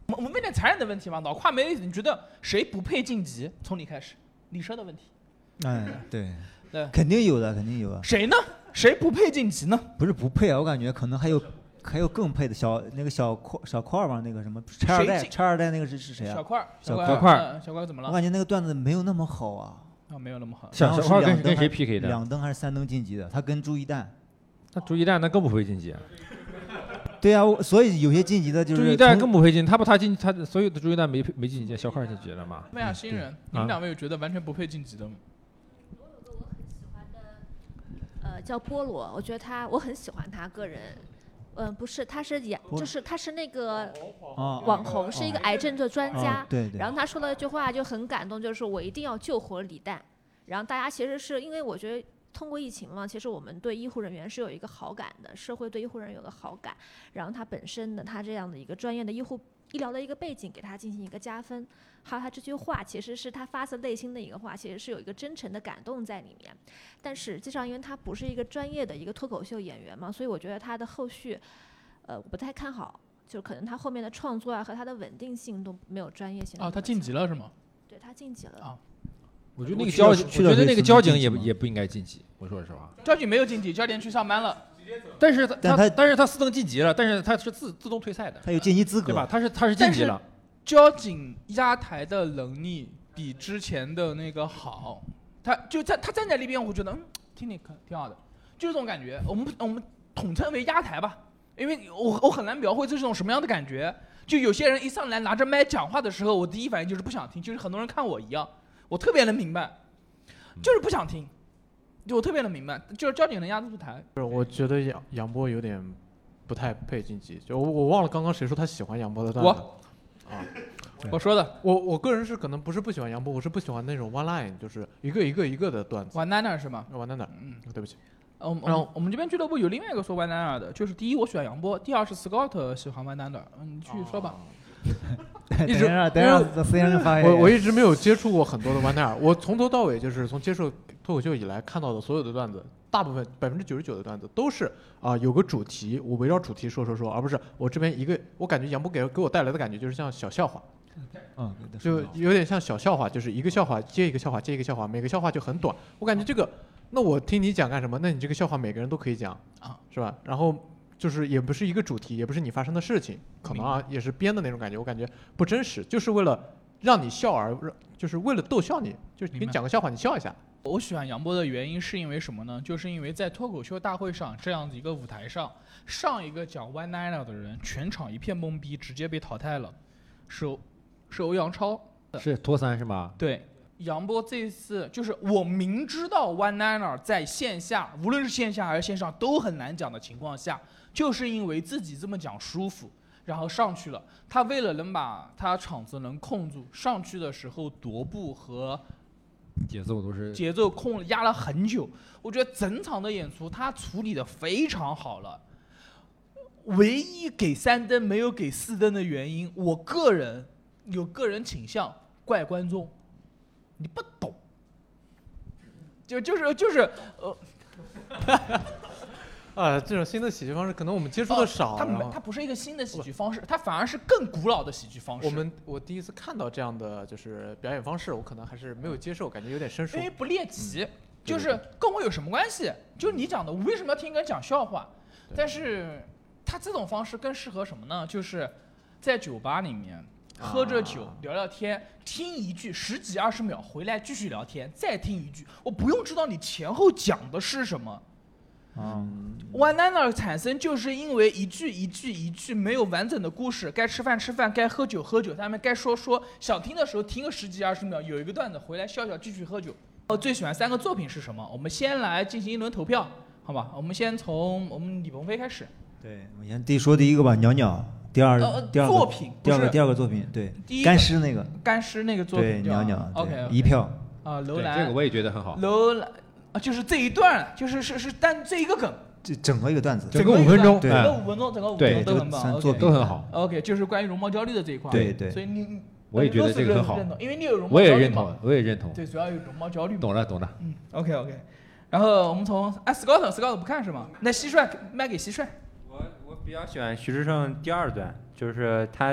我我们问点残忍的问题嘛，脑跨没意思，你觉得谁不配晋级？从你开始，李奢的问题。 哎，对， 对， 肯定有的，肯定有的。 谁呢？谁不配晋级呢？ 不是不配啊，我感觉可能还有还有更配的小那个小块小块吧，那个什么拆二代，拆二代那个是是谁啊？ 小块， 小块， 块， 小块怎么了？ 我感觉那个段子没有那么好啊。 啊，没有那么好。 小块跟跟谁 P K 的？ 两登还是三登晋级的？他跟朱一蛋。 那朱一蛋那更不配晋级啊。 对啊，所以有些晋级的就是朱一蛋更不配晋，他不他进他所有的朱一蛋没没晋级，小块晋级了嘛？ 问下新人，你们两位有觉得完全不配晋级的吗？ 我有个我很喜欢的，呃，叫菠萝，我觉得他我很喜欢他个人。嗯、呃，不是，他是演，就是他是那个网红，是一个癌症的专家。 对对。 然后他说了一句话就很感动，就是我一定要救活李诞。然后大家其实是因为我觉得。通过疫情嘛，其实我们对医护人员是有一个好感的，社会对医护人员有个好感，然后他本身的他这样的一个专业的医护医疗的一个背景给他进行一个加分，还有他这句话其实是他发自内心的一个话，其实是有一个真诚的感动在里面。但实际上，因为他不是一个专业的一个脱口秀演员嘛，所以我觉得他的后续，呃，我不太看好，就可能他后面的创作啊和他的稳定性都没有专业性。 哦，他晋级了是吗？ 对，他晋级了。 啊。 我觉得那个交，我觉得那个交警也也不应该晋级。我说实话， 交警没有晋级，交警去上班了。 但是他但他但是他四登晋级了，但是他是自自动退赛的。 他有晋级资格， 对吧？他是他是晋级了。 交警压台的能力比之前的那个好，他就在他站在那边，我觉得嗯，听你可挺好的，就是这种感觉。我们我们统称为压台吧，因为我我很难描绘这是种什么样的感觉。就有些人一上来拿着麦讲话的时候，我第一反应就是不想听，就是很多人看我一样。我特别能明白，就是不想听，就我特别能明白，就是交警能压得住台。 不是，我觉得杨杨波有点不太配晋级，就我我忘了刚刚谁说他喜欢杨波的段子。 我啊， 我说的， 我我个人是可能不是不喜欢杨波，我是不喜欢那种 one line， 就是一个一个一个的段子。 玩奶奶是吗？ 玩奶奶，嗯，对不起。 呃，我们我们这边俱乐部有另外一个说玩奶奶的，就是第一我喜欢杨波，第二是 Scott 喜欢玩奶奶。嗯，你继续说吧。 一直等让思先生发言。 我我一直没有接触过很多的湾奈尔，我从头到尾就是从接受脱口秀以来看到的所有的段子，大部分百分之九十九的段子都是啊、呃、有个主题，我围绕主题说说说，而不是我这边一个，我感觉杨波给给我带来的感觉就是像小笑话， 嗯， 就有点像小笑话，就是一个笑话接一个笑话接一个笑话，每个笑话就很短，我感觉这个，那我听你讲干什么？那你这个笑话每个人都可以讲啊，是吧？然后。就是也不是一个主题，也不是你发生的事情，可能啊也是编的那种感觉，我感觉不真实，就是为了让你笑而，就是为了逗笑你，就是给你讲个笑话，你笑一下。 我喜欢杨波的原因是因为什么呢？就是因为在脱口秀大会上这样的一个舞台上，上一个讲 one nighter 的人全场一片懵逼，直接被淘汰了，是是欧阳超， 是脱三是吗？ 对。杨波这一次就是我明知道 one nighter 在线下，无论是线下还是线上都很难讲的情况下，就是因为自己这么讲舒服，然后上去了。他为了能把他场子能控住，上去的时候踱步和节奏都是节奏控压了很久。我觉得整场的演出他处理的非常好了。唯一给三灯没有给四灯的原因，我个人有个人倾向怪观众。你不懂，就就是就是呃， 啊，这种新的喜剧方式可能我们接触的少。 它没，它不是一个新的喜剧方式，它反而是更古老的喜剧方式。 我们我第一次看到这样的就是表演方式，我可能还是没有接受，感觉有点生疏。 因为不猎奇，嗯、就是跟我有什么关系？就是你讲的，我为什么要听一个人讲笑话？但是他这种方式更适合什么呢？就是在酒吧里面。喝着酒聊聊天，听一句十几二十秒，回来继续聊天，再听一句，我不用知道你前后讲的是什么。 嗯 ，one liner 产生就是因为一句一句一句没有完整的故事，该吃饭吃饭，该喝酒喝酒，他们该说说，想听的时候听个十几二十秒，有一个段子回来笑笑继续喝酒。我最喜欢三个作品是什么？我们先来进行一轮投票，好吧？我们先从我们李鹏飞开始。 对，我先第说第一个吧，鸟鸟。第二， 呃、 第二个作品， 第二个第二个作品，对，干尸那个， 干尸那个作品， 对，鸟鸟 ，OK， 一票啊，楼兰， 这个我也觉得很好。 楼兰啊，就是这一段，就是是是单这一个梗， 这整个一个段子， 整个五分钟， 整个五分钟，整个五分钟都很棒， 作品都很好。 OK， 就是关于容貌焦虑的这一块， 对对， 所以你我也觉得这个很好， 因为你有容貌我也认同，我也认同， 对，主要有容貌焦虑， 懂了懂了， 嗯 ，OK OK， 然后我们从啊 Scott Scott 不看是吗？那蟋蟀卖给蟋蟀。 我我比较喜欢徐志胜第二段，就是他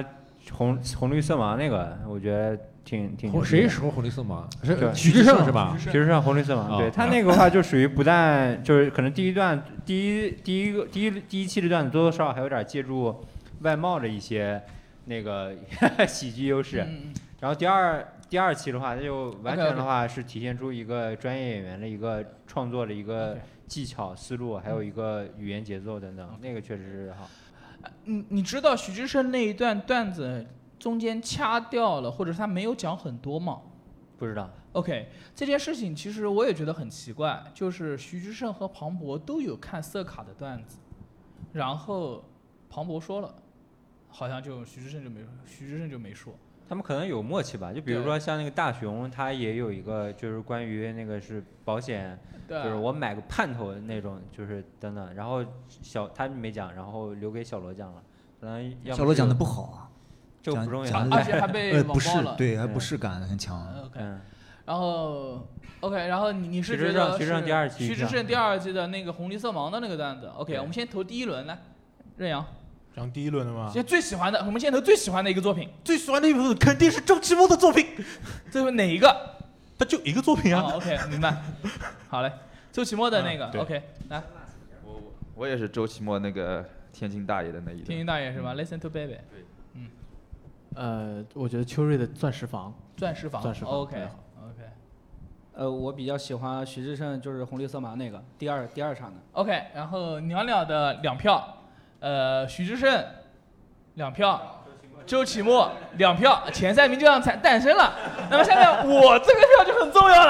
红红绿色盲那个，我觉得挺挺。 谁说红绿色盲？是许志胜是吧？ 许志胜红绿色盲，对他那个话就属于不但就是可能第一段第一第一个第一第一期的段子多多少少还有点借助外貌的一些那个喜剧优势，然后第二第二期的话，它就完全的话是体现出一个专业演员的一个创作的一个技巧思路，还有一个语言节奏等等，那个确实是好。 你你知道徐志胜那一段段子中间掐掉了，或者他没有讲很多吗？ 不知道。 OK， 这件事情其实我也觉得很奇怪，就是徐志胜和庞博都有看色卡的段子，然后庞博说了，好像就徐志胜就没徐志胜就没说。 他们可能有默契吧，就比如说像那个大熊，他也有一个就是关于那个是保险，就是我买个盼头的那种，就是等等。然后小他没讲，然后留给小罗讲了，可能小罗讲的不好啊， 这个不重要，而且还被网暴了， 对，还不适感很强。 OK，然后 OK， 然后你你是觉得徐志胜第二期， 徐志胜第二季的那个红绿色盲的那个段子 ，OK， 我们先投第一轮来，任阳。 讲第一轮的吗？ 现在最喜欢的，我们现在投最喜欢的一个作品， 最喜欢的一部分肯定是周奇墨的作品。 这是哪一个？ 他就一个作品啊。 哦、OK， 明白。好嘞，周奇墨的那个、嗯、，OK， 来。 我我也是周奇墨那个天津大爷的那一段。 天津大爷是吧、嗯、？Listen to baby。 对。 嗯。 呃，我觉得秋瑞的钻石房。 钻石房。 钻石房。 OK OK。 呃，我比较喜欢徐志胜，就是红绿色盲那个第二第二场的。 OK， 然后鸟鸟的两票。呃，徐志胜两票，周奇墨两票，前三名就这样才诞生了。那么下面我这个票就很重要了。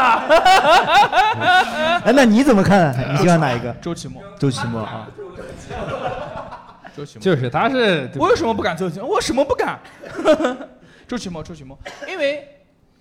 哎，那你怎么看？你喜欢哪一个？ 周奇墨。 周奇墨啊。 周奇墨就是他是。 我为什么不敢周奇墨？我什么不敢？周奇墨，周奇墨，因为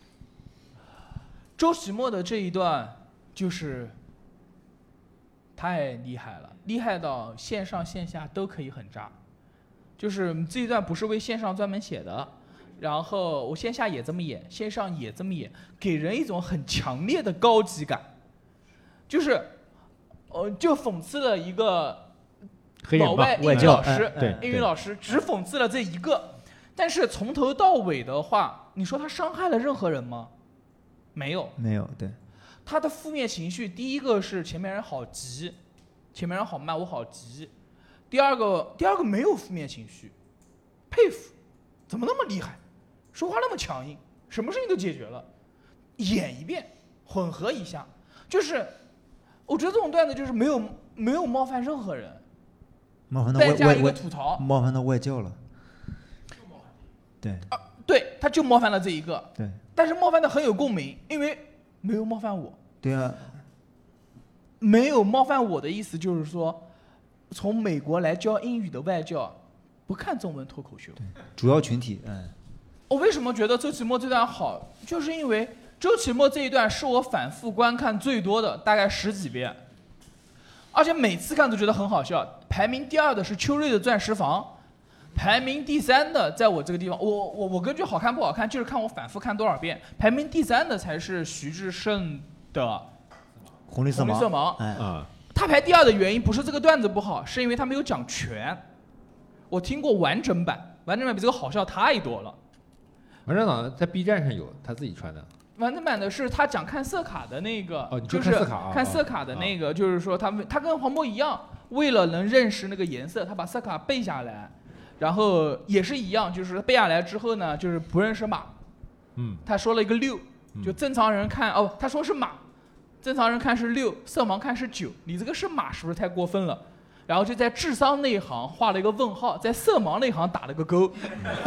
周奇墨的这一段就是太厉害了。厉害到线上线下都可以很渣，就是这一段不是为线上专门写的，然后我线下也这么演，线上也这么演，给人一种很强烈的高级感，就是，呃，就讽刺了一个老外英语老师，英语老师只讽刺了这一个，但是从头到尾的话，你说他伤害了任何人吗？没有， 没有，对， 他的负面情绪，第一个是前面人好急。前面人好慢，我好急。第二个，第二个没有负面情绪，佩服，怎么那么厉害，说话那么强硬，什么事情都解决了，演一遍，混合一下，就是我觉得这种段子就是没有没有冒犯任何人， 冒犯到外加一个吐槽， 冒犯到外教了，对， 啊，对，他就冒犯了这一个， 对， 但是冒犯的很有共鸣，因为没有冒犯我， 对啊。 没有冒犯我的意思就是说，从美国来教英语的外教，不看中文脱口秀。 主要群体，嗯。 我为什么觉得周奇墨这段好，就是因为周奇墨这一段是我反复观看最多的，大概十几遍，而且每次看都觉得很好笑。排名第二的是秋瑞的钻石房，排名第三的在我这个地方，我我我根据好看不好看，就是看我反复看多少遍。排名第三的才是徐志胜的。 红绿色盲， 红绿色盲， 哎， 他排第二的原因不是这个段子不好，是因为他没有讲全。我听过完整版，完整版比这个好笑太多了。 完整版在 B 站上有，他自己传的。 完整版的是他讲看色卡的那个， 哦， 就是看色卡， 看色卡的那个，就是说他们他跟黄渤一样，为了能认识那个颜色，他把色卡背下来，然后也是一样，就是背下来之后呢，就是不认识码， 嗯， 他说了一个六，就正常人看哦，他说是码。正常人看是六，色盲看是九，你这个是码是不是太过分了？然后就在智商那一行画了一个问号，在色盲那一行打了个勾。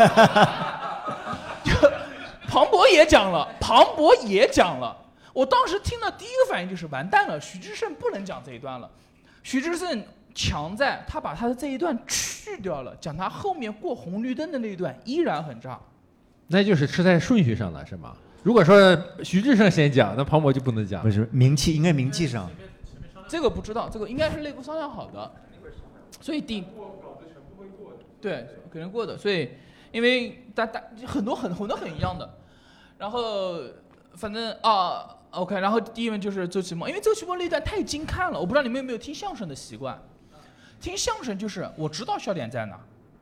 庞博也讲了，庞博也讲了。我当时听到第一个反应就是完蛋了，徐志胜不能讲这一段了。徐志胜强在他把他的这一段去掉了，讲他后面过红绿灯的那一段依然很渣。 那就是是在顺序上的是吗？如果说徐志胜先讲，那庞博就不能讲。 不是名气，应该名气上。 这个不知道，这个应该是内部商量好的，所以第对肯定过的，所以因为大大很多很很多很一样的，然后反正啊 OK， 然后第一轮就是周奇墨，因为周奇墨那段太精看了，我不知道你们有没有听相声的习惯，听相声就是我知道笑点在哪，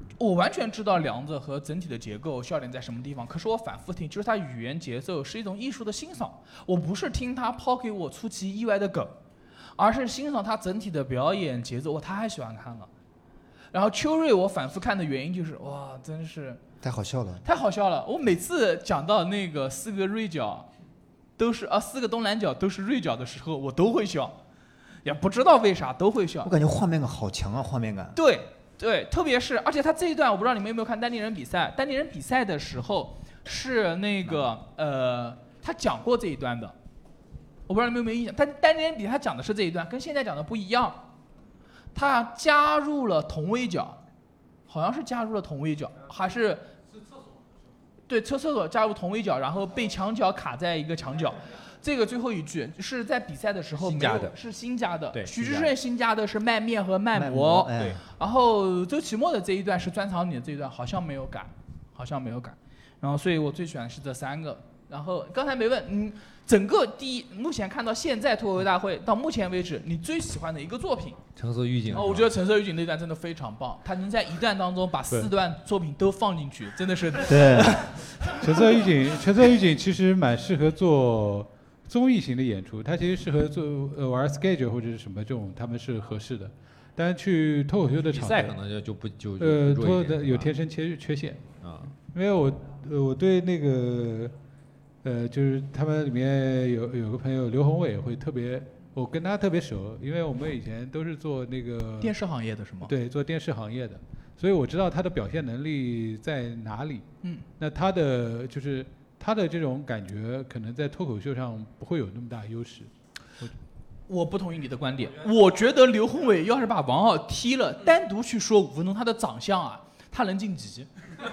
我完全知道梁子和整体的结构笑点在什么地方，可是我反复听，就是他语言节奏是一种艺术的欣赏，我不是听他抛给我出其意外的梗，而是欣赏他整体的表演节奏，我太喜欢看了。然后秋瑞我反复看的原因就是哇，真是太好笑了， 太好笑了！我每次讲到那个四个锐角，都是啊四个东南角都是锐角的时候，我都会笑，也不知道为啥都会笑。 我感觉画面感好强啊，画面感。 对对，特别是而且他这一段，我不知道你们有没有看丹尼人比赛，丹尼人比赛的时候是那个呃，他讲过这一段的，我不知道你们有没有印象。但丹尼人比他讲的是这一段，跟现在讲的不一样。他加入了同位角，好像是加入了同位角，还是对厕厕所加入同位角，然后被墙角卡在一个墙角。这个最后一句是在比赛的时候新加的， 是新加的。 对， 徐志胜新加的是卖面和卖馍。 对。 然后周奇墨的这一段是专场里的这一段，好像没有改，好像没有改。然后，所以我最喜欢的是这三个。然后刚才没问，嗯，整个第一目前看到现在脱口秀大会到目前为止，你最喜欢的一个作品？ 橙色预警。 哦，我觉得橙色预警那段真的非常棒，他能在一段当中把四段作品都放进去，真的是。 对。橙色预警，橙色预警其实蛮适合做综艺型的演出，它其实适合做呃玩 schedule 或者是什么这种，他们是合适的。但是去脱口秀的场，比赛可能就就不就呃脱的有天生缺缺陷啊， 因为我呃我对那个。呃，就是他们里面有有个朋友刘宏伟会特别，我跟他特别熟，因为我们以前都是做那个电视行业的是吗？ 对，做电视行业的，所以我知道他的表现能力在哪里。 嗯， 那他的就是他的这种感觉，可能在脱口秀上不会有那么大优势。 我, 我不同意你的观点，我觉得刘宏伟要是把王傲踢了，单独去说五分钟他的长相啊，他能晋级。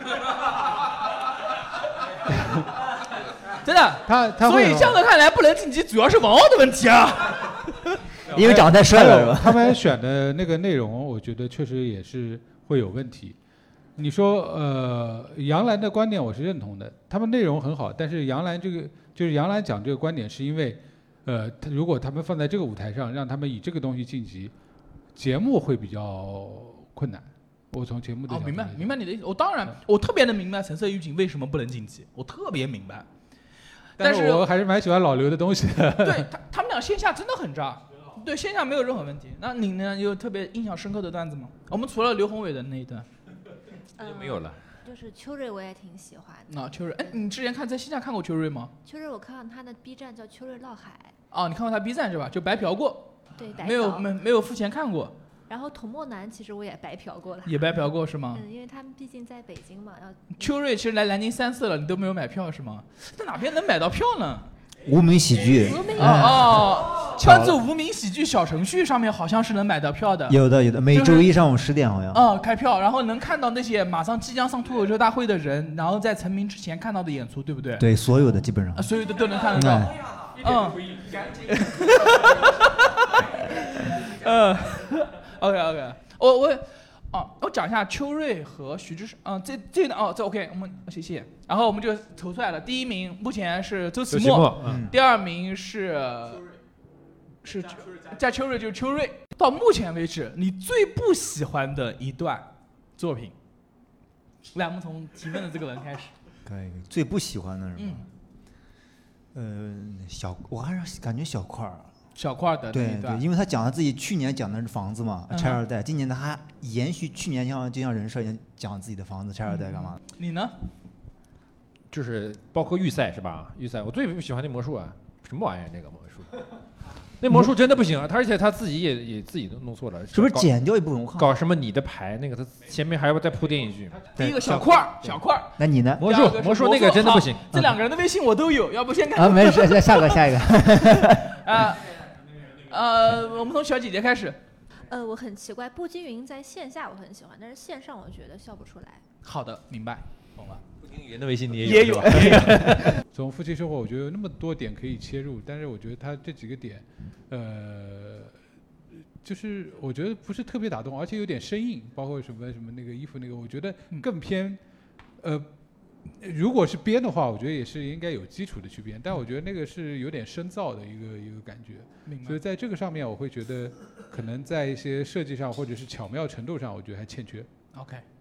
真的， 他他所以相对看来不能晋级，主要是王傲的问题啊。 因为长得太帅了，是吧？ 他们选的那个内容，我觉得确实也是会有问题。你说，呃，杨澜的观点我是认同的，他们内容很好，但是杨澜这个就是杨澜讲这个观点，是因为，呃，如果他们放在这个舞台上，让他们以这个东西晋级，节目会比较困难。我从节目的哦，明白明白你的意思。我当然，我特别能明白橙色预警为什么不能晋级，我特别明白。 但是我还是蛮喜欢老刘的东西的。 对他，他们俩线下真的很炸，对线下没有任何问题。那你呢？有特别印象深刻的段子吗？我们除了刘宏伟的那一段， 呃、 就没有了。 就是秋瑞我也挺喜欢的。 啊，秋瑞，哎，你之前看在线下看过秋瑞吗？ 秋瑞我看到他的 B 站叫秋瑞闹海。 哦，你看过他 B 站是吧？就白嫖过。 对， 没有没没有付钱看过。 然后童墨南其实我也白嫖过了， 也白嫖过是吗？ 嗯，因为他们毕竟在北京嘛。然后秋瑞其实来南京三次了，你都没有买票是吗？在哪边能买到票呢？ 无名喜剧。 哦哦，圈子无名喜剧小程序上面好像是能买到票的。 有的有的，每周一上午十点好像。 哦，开票，然后能看到那些马上即将上脱口秀大会的人，然后在成名之前看到的演出，对不对？ 对，所有的基本上。 啊，所有的都能看得到。嗯。嗯。OK OK。我我，哦，我讲一下秋瑞和徐志胜，嗯，这这个哦，这 OK， 我们谢谢。然后我们就投出来了，第一名目前是周奇墨， 嗯、 第二名是是在秋瑞就是秋瑞。到目前为止，你最不喜欢的一段作品？来，我们从提问的这个人开始。 可以，最不喜欢的是吗？嗯、呃，小，我还是感觉小块儿。 小块的对对，因为他讲他自己去年讲的是房子嘛，拆二代，今年他还延续去年像就像人设一样讲自己的房子拆二代干嘛？ 你呢？ 就是包括预赛是吧？预赛我最不喜欢那魔术啊，什么玩意儿那个魔术？那魔术真的不行啊！他而且他自己也也自己都弄错了， 是不是剪掉一部分？ 搞什么你的牌那个他前面还要再铺垫一句。 第一个小块儿，小块儿。 那你呢？ 魔术魔术那个真的不行。 这两个人的微信我都有，要不先看。 啊，没事，下个下一个。 啊。呃，我们从小姐姐开始。 呃，我很奇怪，步惊云在线下我很喜欢，但是线上我觉得笑不出来。 好的，明白，懂了。 步惊云的微信你也有也有。 从夫妻生活，我觉得有那么多点可以切入，但是我觉得他这几个点，呃，就是我觉得不是特别打动，而且有点生硬，包括什么什么那个衣服那个，我觉得更偏，呃。如果是编的话，我觉得也是应该有基础的去编，但我觉得那个是有点深造的一个一个感觉，所以在这个上面我会觉得可能在一些设计上或者是巧妙程度上，我觉得还欠缺。 OK，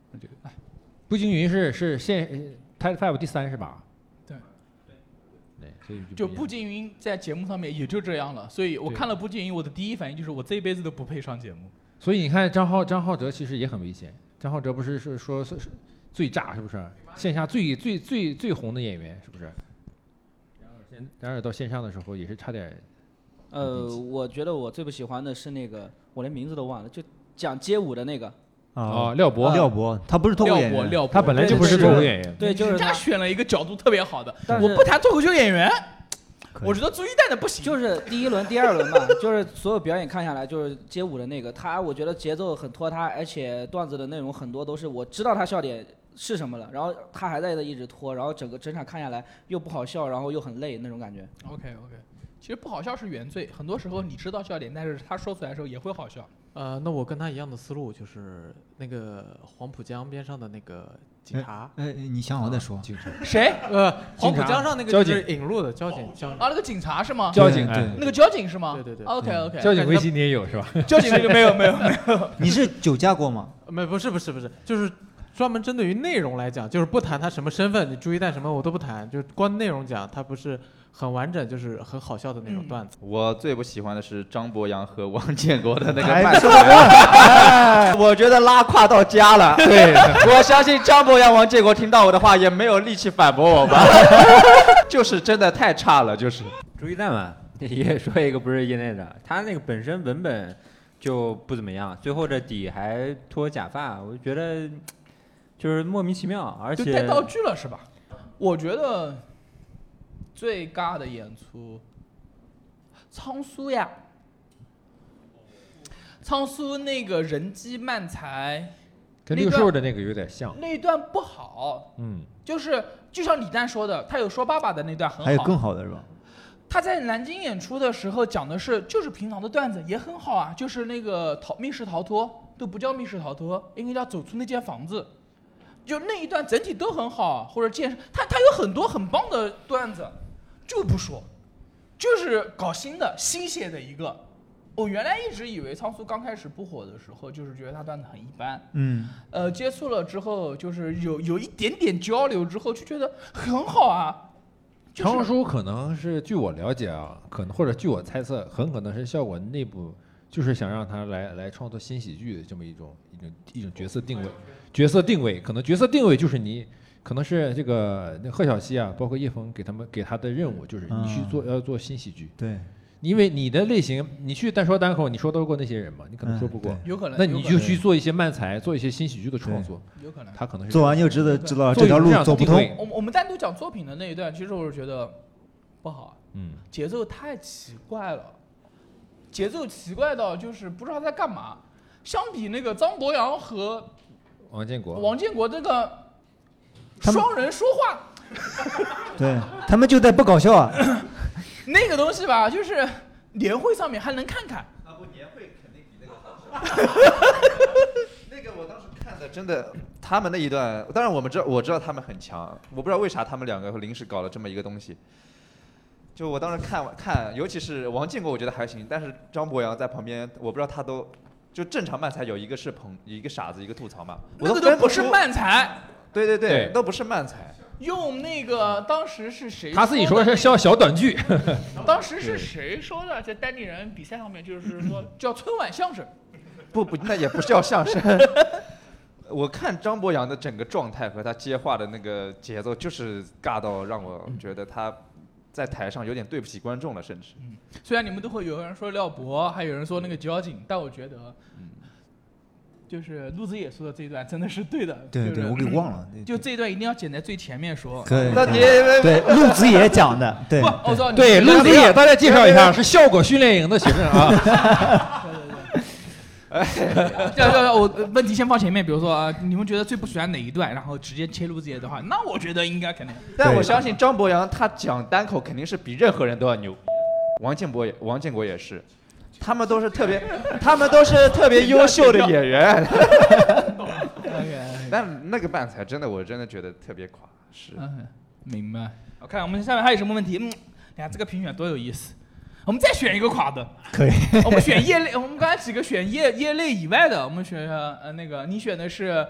这个哎， 步惊云是是现 Type Five 第三是吧？ 对。 对，所以就步惊云在节目上面也就这样了，所以我看了步惊云，我的第一反应就是我这一辈子都不配上节目。 所以你看张浩张浩哲其实也很危险，张浩哲不是是说是最炸是不是？线下最最最最红的演员是不是？然而线然而到线上的时候也是差点。 呃，我觉得我最不喜欢的是那个，我连名字都忘了，就讲街舞的那个。 啊，廖博， 廖博，他不是脱口演员， 廖博， 他本来就不是脱口演员。 对，就是人家选了一个角度特别好的。我不谈脱口秀演员，我觉得朱一蛋的不行。 就是第一轮、第二轮吧，就是所有表演看下来，就是街舞的那个，他我觉得节奏很拖沓，而且段子的内容很多都是我知道他笑点是什么了，然后他还在这一直拖，然后整个整场看下来又不好笑，然后又很累那种感觉。 OK OK。其实不好笑是原罪，很多时候你知道笑点，但是他说出来的时候也会好笑。 呃，那我跟他一样的思路，就是那个黄浦江边上的那个警察。 哎，哎你想好再说。 警察谁？ 呃，黄浦江上那个就是引路的交警。交警啊，那个警察是吗？ 交警， 那个交警是吗？ 对对对。 OK OK。 交警微信你也有是吧？ 交警那个没有没有没有。 你是酒驾过吗？ 没，不是不是不是，就是专门针对于内容来讲，就是不谈他什么身份，你朱一蛋什么我都不谈，就是光内容讲，他不是。很完整，就是很好笑的那种段子。 我最不喜欢的是张博洋和王建国的那个哎慢才，我觉得拉胯到家了。对，我相信张博洋、王建国听到我的话也没有力气反驳我吧，就是真的太差了，就是。 朱一蛋嘛，也说一个不是业内的，他那个本身文本就不怎么样，最后这底还脱假发，我就觉得就是莫名其妙，而且就带道具了是吧？我觉得。最尬的演出，仓苏呀，仓苏那个人机慢才， 跟六兽的那个有点像。 那一段不好， 嗯， 就是就像李诞说的，他有说爸爸的那段很好。 还有更好的是吧？ 他在南京演出的时候讲的是就是平常的段子，也很好啊，就是那个逃密室逃脱都不叫密室逃脱，应该叫走出那间房子。就那一段整体都很好，或者健身，他他有很多很棒的段子。就不说，就是搞新的、新写的一个。我原来一直以为仓苏刚开始不火的时候，就是觉得他段子很一般。 嗯。 呃，接触了之后，就是有有一点点交流之后，就觉得很好啊。 就是、昌叔可能是据我了解啊，可能或者据我猜测，很可能是效果内部就是想让他来来创作新喜剧的这么一种一种一种角色定位，角色定位可能角色定位就是你。可能是这个贺小西啊，包括叶枫给他们给他的任务就是你去做、嗯、要做新喜剧， 对， 因为你的类型，你去单说单口，你说得过那些人吗？你可能说不过， 嗯、有可能， 那你就去做一些漫才，做一些新喜剧的创作， 有可能， 他可能是做完就知道知道这条路走不通。 我我们单独讲作品的那一段，其实我是觉得不好， 嗯， 节奏太奇怪了，节奏奇怪到就是不知道在干嘛。相比那个张博洋和王建国， 王建国这个。双人说话， 对他们就在不搞笑啊。 那个东西吧，就是年会上面还能看看。 啊不，年会肯定比那个好笑。那个我当时看的真的，他们那一段，当然我们知道，我知道他们很强，我不知道为啥他们两个临时搞了这么一个东西。就我当时看看，尤其是王建国，我觉得还行，但是张博洋在旁边，我不知道他都就正常漫才有一个是捧，一个傻子，一个吐槽嘛， 那个都不是漫才。 对对 对, 对，都不是漫才。 用那个当时是谁？ 他自己说是小小短剧。 当时是谁说的？在单立人比赛上面，就是说叫春晚相声。 不不，那也不叫相声。我看张博洋的整个状态和他接话的那个节奏，就是尬到让我觉得他在台上有点对不起观众了，甚至。 嗯，虽然你们都会有人说廖博，还有人说那个交警，但我觉得。嗯就是陆子野说的这一段真的是对的， 对对，我给忘了。 就这一段一定要剪在最前面说。 对， 那你对陆子野讲的，对。 不，我说对陆子野，大家介绍一下，是效果训练营的学生啊。 对对对。要要要，我问题先放前面，比如说啊，你们觉得最不喜欢哪一段，然后直接切陆子野的话，那我觉得应该肯定。 但我相信张博洋他讲单口肯定是比任何人都要牛，王建国也王建国也是。他们都是特别，他们都是特别优秀的演员。但那个漫才真的，我真的觉得特别垮。是， 嗯，明白。我看我们下面还有什么问题？嗯，你看这个评选多有意思。我们再选一个垮的。 可以。 我们选业内，我们刚才几个选业业内以外的，我们选一下呃那个，你选的是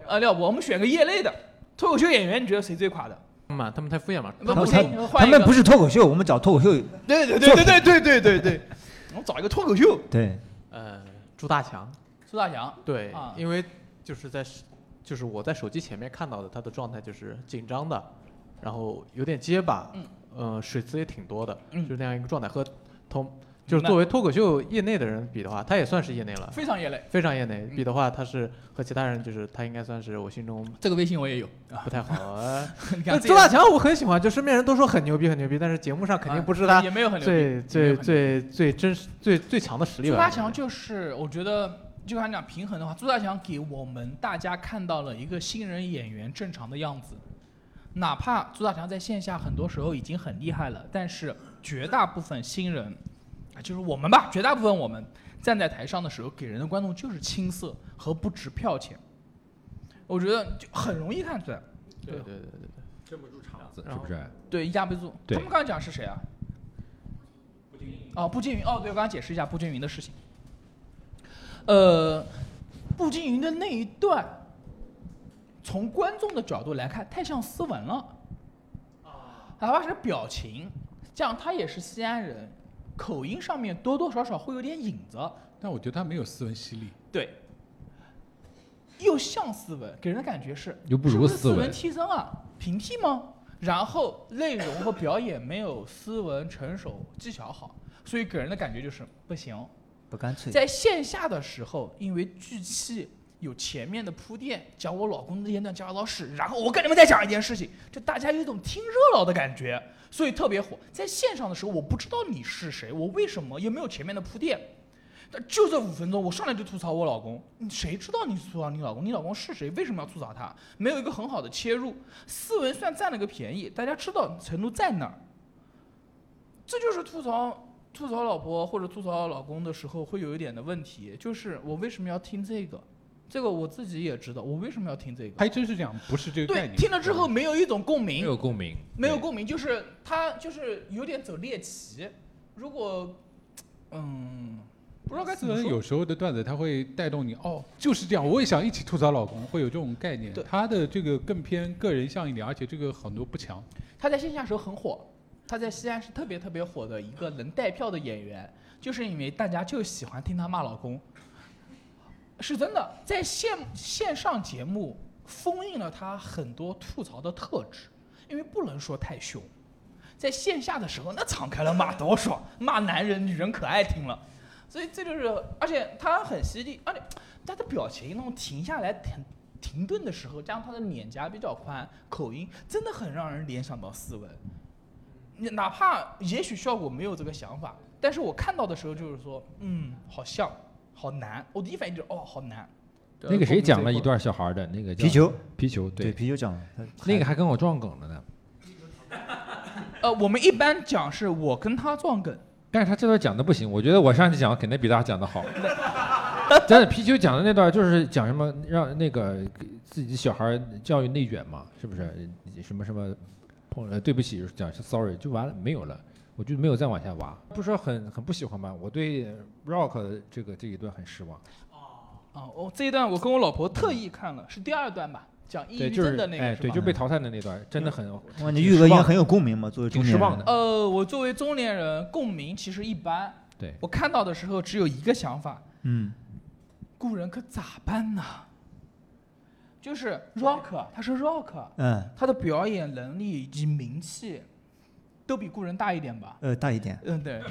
呃，廖博，我们选个业内的脱口秀演员，你觉得谁最垮的？ 嘛，他们太敷衍嘛。 不不他他们不是脱口秀，我们找脱口秀。 对对对对对对对对对，我们找一个脱口秀。 对， 呃，朱大强。 朱大强。 对， 啊、 因为就是在就是我在手机前面看到的他的状态就是紧张的，然后有点结巴， 嗯， 呃，水词也挺多的， 嗯， 就是那样一个状态。和同就是作为脱口秀业内的人比的话，他也算是业内了， 非常业内， 非常业内。比的话，他是和其他人就是他应该算是我心中这个微信我也有， 不太好啊。 你看朱大强我很喜欢，就身边人都说很牛逼很牛逼，但是节目上肯定不是他也没有很牛最最最最真实最最强的实力吧。 朱大强就是我觉得就刚才讲平衡的话，朱大强给我们大家看到了一个新人演员正常的样子。哪怕朱大强在线下很多时候已经很厉害了，但是绝大部分新人。就是我们吧，绝大部分我们站在台上的时候，给人的观众就是青涩和不值票钱。我觉得就很容易看出来。 对对对对对， 镇不住场子，是不是？ 对，压不住。他们刚才讲是谁啊？步惊云。哦，步惊云。哦，对，我刚刚解释一下步惊云的事情。呃，步惊云的那一段，从观众的角度来看，太像斯文了。啊。哪怕是表情，这样他也是西安人。口音上面多多少少会有点影子， 但我觉得他没有斯文犀利。 对，又像斯文，给人的感觉是又不如斯文。 斯文替身啊，平替吗？然后内容和表演没有斯文成熟，技巧好，所以给人的感觉就是不行， 不干脆。 在线下的时候，因为剧气有前面的铺垫，讲我老公这些段讲老屎，然后我跟你们再讲一件事情，就大家有一种听热闹的感觉。所以特别火，在线上的时候，我不知道你是谁，我为什么也没有前面的铺垫，就这五分钟，我上来就吐槽我老公，谁知道你吐槽你老公？你老公是谁？为什么要吐槽他？没有一个很好的切入，斯文算占了个便宜，大家知道程度在哪儿。这就是吐槽吐槽老婆或者吐槽老公的时候会有一点的问题，就是我为什么要听这个？这个我自己也知道，我为什么要听这个？ 还真是这样，不是这个概念。 对，听了之后没有一种共鸣， 没有共鸣， 没有共鸣，就是他就是有点走猎奇。如果，嗯，不知道该怎么说。 有时候的段子他会带动你，哦，就是这样，我也想一起吐槽老公，会有这种概念。他的这个更偏个人向一点，而且这个很多不强。 他在线下时候很火，他在西安是特别特别火的一个能带票的演员，就是因为大家就喜欢听他骂老公。是真的，在线线上节目封印了他很多吐槽的特质，因为不能说太凶。在线下的时候，那敞开了骂多爽，骂男人女人可爱听了，所以这就是，而且他很犀利，而且他的表情那种停下来停停顿的时候，加上他的脸颊比较宽，口音真的很让人联想到斯文。哪怕也许效果没有这个想法，但是我看到的时候就是说，嗯，好像。好难，我第一反应就是哦，好难。 那个谁讲了一段小孩的那个皮球， 皮球对皮球讲了， 那个还跟我撞梗了呢。 呃，我们一般讲是我跟他撞梗， 但是他这段讲的不行，我觉得我上去讲肯定比他讲的好。真的，皮球讲的那段就是讲什么让那个自己小孩教育内卷嘛，是不是？什么什么碰呃对不起讲是 sorry 就完了，没有了。我就没有再往下挖，不是说很很不喜欢吧？我对 Rock 的这个这一段很失望。 哦，哦，这一段我跟我老婆特意看了，是第二段吧，讲抑郁症的那个， 哎，对，就被淘汰的那段，真的很。 哇，你玉哥应该很有共鸣嘛？作为中年人。 失望的。 呃，我作为中年人，共鸣其实一般。 对。 我看到的时候只有一个想法。 嗯。 故人可咋办呢？就是 Rock， 他是 Rock， 嗯， 他的表演能力以及名气。都比故人大一点吧？ 呃，大一点。 嗯，对。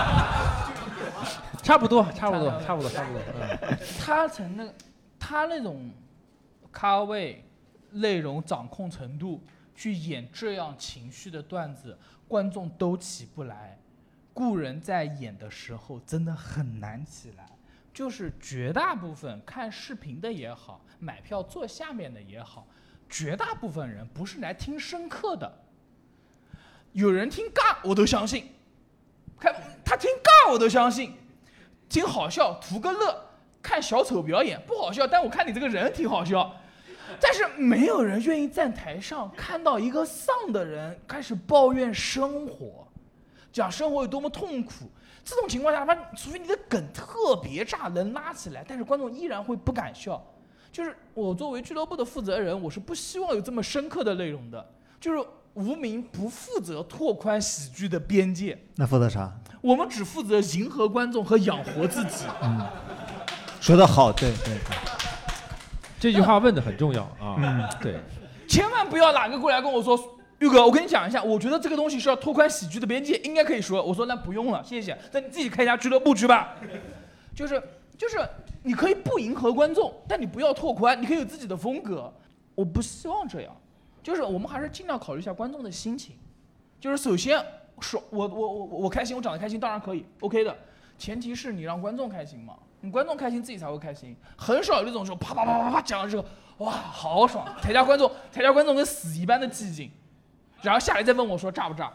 差不多，差不多，差不多，差不多。 嗯、他成那，他那种咖位、内容掌控程度，去演这样情绪的段子，观众都起不来。故人在演的时候真的很难起来，就是绝大部分看视频的也好，买票坐下面的也好，绝大部分人不是来听深刻的。有人听尬我都相信，看他听尬我都相信，听好笑图个乐，看小丑表演不好笑，但我看你这个人挺好笑。但是没有人愿意站台上看到一个丧的人开始抱怨生活，讲生活有多么痛苦。这种情况下，除非你的梗特别炸能拉起来，但是观众依然会不敢笑。 就是我作为俱乐部的负责人，我是不希望有这么深刻的内容的。就是无名不负责拓宽喜剧的边界， 那负责啥？ 我们只负责迎合观众和养活自己。 嗯，说得好，对对对。 这句话问的很重要啊。嗯，对。 千万不要哪个过来跟我说，玉哥，我跟你讲一下，我觉得这个东西是要拓宽喜剧的边界，应该可以说。我说那不用了，谢谢，那你自己开一家俱乐部去吧。就是就是你可以不迎合观众，但你不要拓宽，你可以有自己的风格。我不希望这样，就是我们还是尽量考虑一下观众的心情。就是首先爽，我我我我开心，我长得开心当然可以 ，OK 的，前提是你让观众开心嘛。你观众开心，自己才会开心。很少有那种时候啪啪啪啪啪讲了之后，哇，好爽！台下观众，台下观众跟死一般的寂静，然后下来再问我说炸不炸？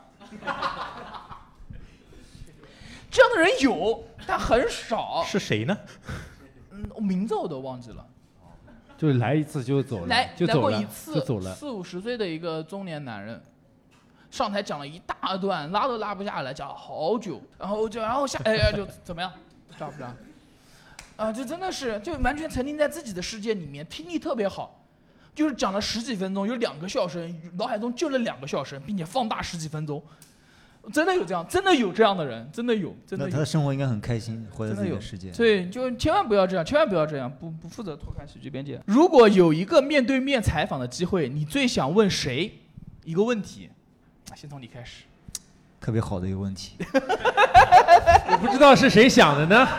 这样的人有，但很少。 是谁呢？ 嗯，名字我都忘记了。 就来一次就走了， 来就走了， 来过一次， 就走了。 四五十岁的一个中年男人，上台讲了一大段，拉都拉不下来，讲了好久，然后就然后下哎就怎么样，炸不炸？啊，这真的是就完全沉浸在自己的世界里面，听力特别好，就是讲了十几分钟，有两个笑声，脑海中就那两个笑声，并且放大十几分钟，真的有这样，真的有这样的人，真的有，真的有。 那他的生活应该很开心，活在自己的世界。 对，就千万不要这样，千万不要这样，不不负责拓宽喜剧边界。如果有一个面对面采访的机会，你最想问谁一个问题？先从你开始。 特别好的一个问题。 我不知道是谁想的呢。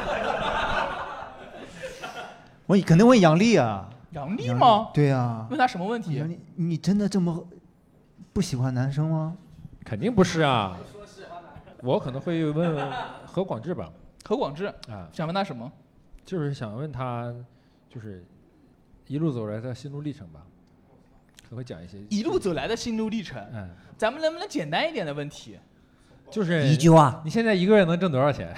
我肯定问杨笠啊。 杨笠吗？ 对啊。 问他什么问题？ 你你真的这么不喜欢男生吗？ 肯定不是啊。我可能会问问何广智吧。 何广智啊， 想问他什么？ 就是想问他，就是一路走来的心路历程吧，可能会讲一些。 一路走来的心路历程。嗯。咱们能不能简单一点的问题？ 就是一句话。 你现在一个月能挣多少钱？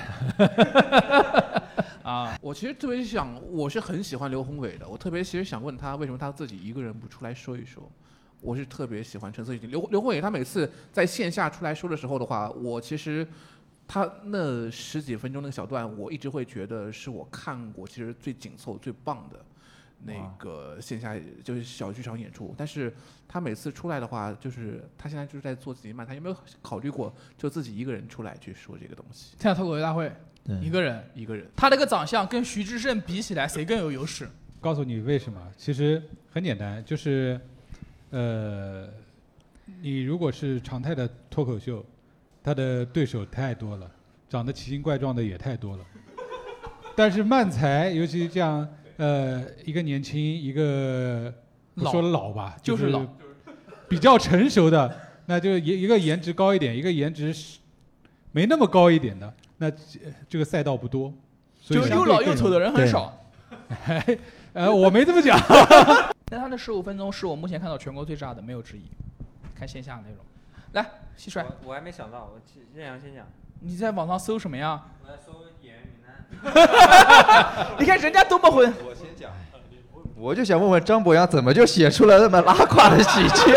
啊，我其实特别想，我是很喜欢刘宏伟的，我特别其实想问他，为什么他自己一个人不出来说一说？我是特别喜欢陈色玉刘刘宏伟，他每次在线下出来说的时候的话，我其实他那十几分钟那个小段，我一直会觉得是我看过其实最紧凑、最棒的那个线下就是小剧场演出。但是他每次出来的话，就是他现在就是在做自己漫，他有没有考虑过就自己一个人出来去说这个东西？ 现在脱口秀大会。一个人， 一个人， 他那个长相跟徐志胜比起来，谁更有优势？ 告诉你为什么？其实很简单，就是，呃，你如果是常态的脱口秀，他的对手太多了，长得奇形怪状的也太多了。但是漫才，尤其这样，呃，一个年轻，一个不说老吧， 就是老， 比较成熟的，那就一一个颜值高一点，一个颜值没那么高一点的。那这个赛道不多，所以就又老又丑的人很少。 呃，我没这么讲。 但他的十五分钟是我目前看到全国最炸的，没有之一。看线下内容，来蟋蟀。 我还没想到，我任阳先讲。 你在网上搜什么呀？ 我在搜演员名单。 你看人家多么混。 我先讲。我就想问问张博洋，怎么就写出了那么拉胯的喜剧？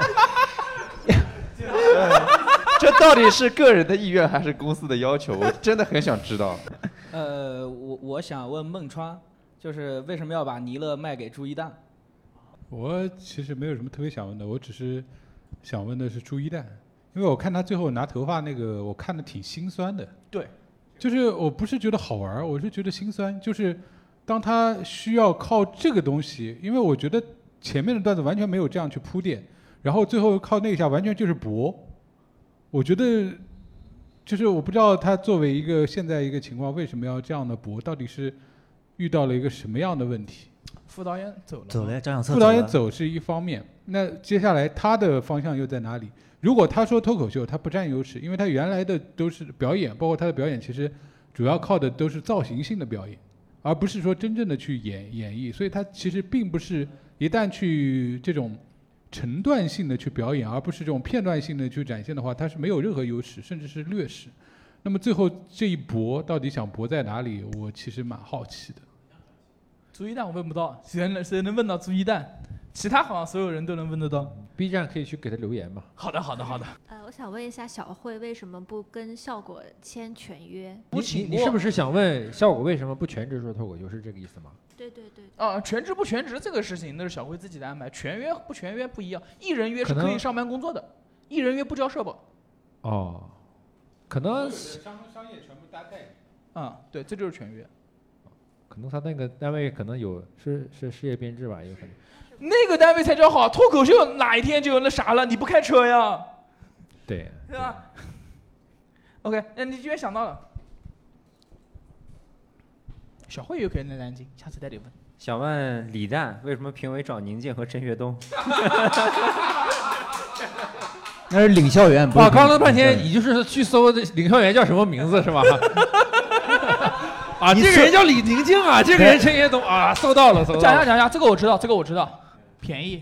这到底是个人的意愿还是公司的要求？我真的很想知道。 呃，我我想问孟川，就是为什么要把尼勒卖给朱一蛋？ 我其实没有什么特别想问的，我只是想问的是朱一蛋，因为我看他最后拿头发那个，我看的挺心酸的。 对， 就是我不是觉得好玩，我是觉得心酸。就是当他需要靠这个东西，因为我觉得前面的段子完全没有这样去铺垫，然后最后靠那一下完全就是搏。我觉得，就是我不知道他作为一个现在一个情况，为什么要这样的搏？到底是遇到了一个什么样的问题？ 副导演走了， 走了，张小策副导演走是一方面，那接下来他的方向又在哪里？如果他说脱口秀，他不占优势，因为他原来的都是表演，包括他的表演其实主要靠的都是造型性的表演，而不是说真正的去演演绎，所以他其实并不是一旦去这种成段性的去表演，而不是这种片段性的去展现的话，它是没有任何优势，甚至是劣势。那么最后这一搏到底想搏在哪里？我其实蛮好奇的。 朱一蛋我问不到，谁能谁能问到朱一蛋？其他好像所有人都能问得到。 B 站可以去给他留言嘛。 好的，好的，好的。 呃，我想问一下小慧，为什么不跟效果签全约？ 你你你是不是想问效果为什么不全职做脱口秀？是这个意思吗？ 对对对。 啊，全职不全职这个事情，那是小慧自己的安排。全约不全约不一样，艺人约是可以上班工作的，艺人约不交社保。 哦，可能商商业全部搭在。 嗯，对，这就是全约。 可能他那个单位可能有是是事业编制吧，有可能。 那个单位才叫好，脱口秀哪一天就有那啥了？你不开车呀？ 对， 对吧 ？OK， 那你居然想到了。小慧有可能在南京，下次带你问。 想问李诞为什么评委找宁静和陈学冬？ 那是领校园。 哇，刚了半天，你就是去搜领校园叫什么名字是吧？啊，这个人叫李宁静啊，这个人陈学冬啊，搜到了，搜到了。 讲一下，讲一下，这个我知道，这个我知道，便宜。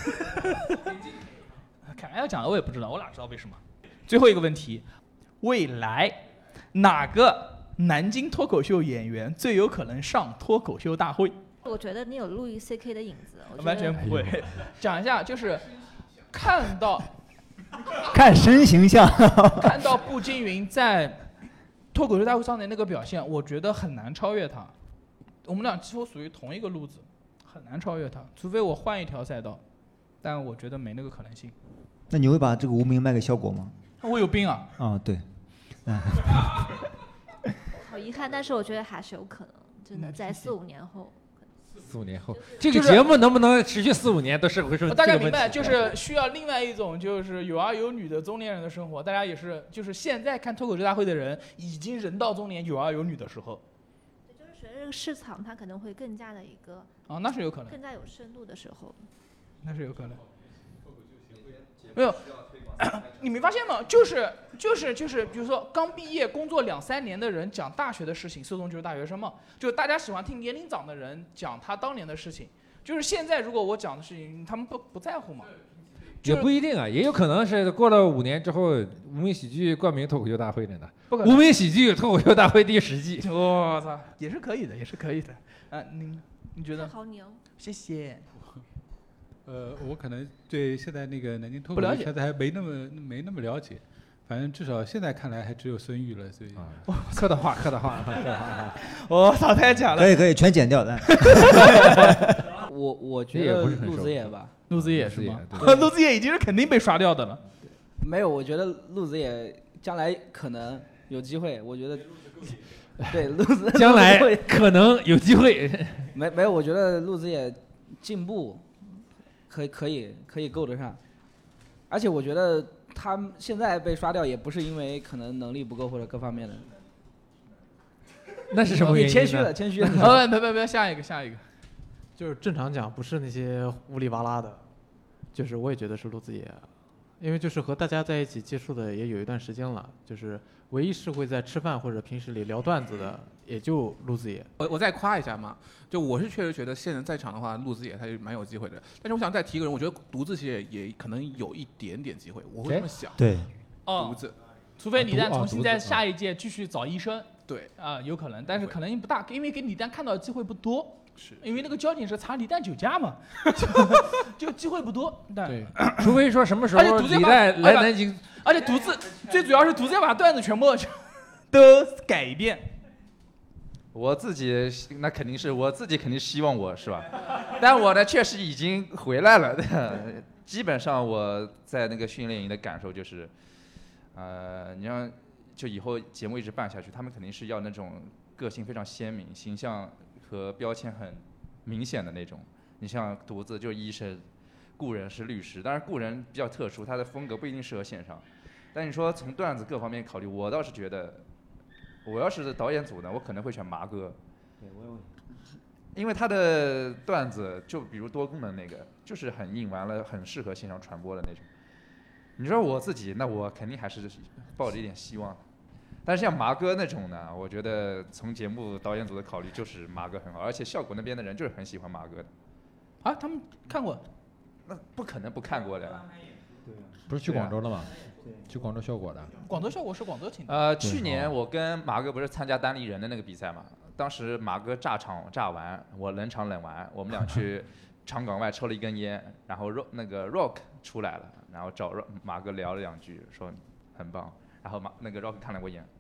凯莱要讲的我也不知道，我哪知道为什么？最后一个问题，未来哪个南京脱口秀演员最有可能上脱口秀大会？ 我觉得你有路易 C K 的影子。 完全不会。讲一下，就是看到。 看身形象。 看到步惊云在脱口秀大会上的那个表现，我觉得很难超越他。我们俩几乎属于同一个路子，很难超越他，除非我换一条赛道，但我觉得没那个可能性。 那你会把这个无名卖给效果吗？ 我有病啊！ 啊，对。嗯。 好遗憾，但是我觉得还是有可能，真的在四五年后。 四五年后，这个节目能不能持续四五年都是回事。 我大概明白，就是需要另外一种，就是有儿有女的中年人的生活。大家也是，就是现在看脱口秀大会的人，已经人到中年，有儿有女的时候。 就是随着这个市场，它可能会更加的一个啊，那是有可能， 更加有深度的时候， 那是有可能。没有，你没发现吗？就是就是就是，比如说刚毕业工作两三年的人讲大学的事情，受众就是大学生嘛。就大家喜欢听年龄长的人讲他当年的事情。就是现在如果我讲的事情，他们不不在乎嘛。 也不一定啊，也有可能是过了五年之后，无名喜剧冠名脱口秀大会的呢。无名喜剧脱口秀大会第十季。 我操，也是可以的，也是可以的。啊，你你觉得？ 好牛， 谢谢。 呃，我可能对现在那个南京脱口秀现在还没那么没那么了解，反正至少现在看来还只有孙玉了，所以。 啊、客套话，客套话，客套话。 我操，太假了。 可以可以，全剪掉的。 我我觉得陆子野吧， 陆子野是吗？陆子野已经是肯定被刷掉的了。 没有，我觉得陆子野将来可能有机会，我觉得。对，陆子将来可能有机会。 没没有，我觉得陆子野进步。可以可以可以够得上，而且我觉得他现在被刷掉也不是因为可能能力不够或者各方面的。 那是什么原因？ 你谦虚了，谦虚了。 呃，别别别，下一个下一个， 就是正常讲不是那些乌里哇啦的，就是我也觉得是陆子野，因为就是和大家在一起接触的也有一段时间了，就是唯一是会在吃饭或者平时里聊段子的，也就陆子野。 我我再夸一下嘛，就我是确实觉得现在在场的话，陆子野他是蛮有机会的。但是我想再提一个人，我觉得独自也也可能有一点点机会，我会这么想。 对， 独自， 除非李诞重新在下一届继续找医生。 对啊，有可能，但是可能性不大，因为给李诞看到的机会不多。 是因为那个交警是查李诞酒驾嘛，就机会不多。 对，除非说什么时候李诞来南京， 而且独自最主要是独自把段子全部都改一遍。 我自己那肯定是我自己肯定希望我是吧，但我呢确实已经回来了。基本上我在那个训练营的感受就是，呃，你像就以后节目一直办下去，他们肯定是要那种个性非常鲜明、形象和标签很明显的那种。你像独自就是医生，故人是律师，当然故人比较特殊，他的风格不一定适合线上。但你说从段子各方面考虑，我倒是觉得。我要是导演组呢，我可能会选麻哥，因为他的段子就比如多功能那个，就是很硬，完了很适合线上传播的那种。你说我自己，那我肯定还是抱着一点希望。但是像麻哥那种呢，我觉得从节目导演组的考虑，就是麻哥很好，而且效果那边的人就是很喜欢麻哥的。 啊，他们看过？ 那不可能不看过的。 对，不是去广州了吗？去广州效果的， 广州效果是广州请的。 呃，去年我跟马哥不是参加单立人的那个比赛嘛，当时马哥炸场炸完，我冷场冷完，我们俩去场馆外抽了一根烟，然后 rock 那个 rock 出来了，然后找马哥聊了两句，说很棒，然后马那个 rock 看了我一眼，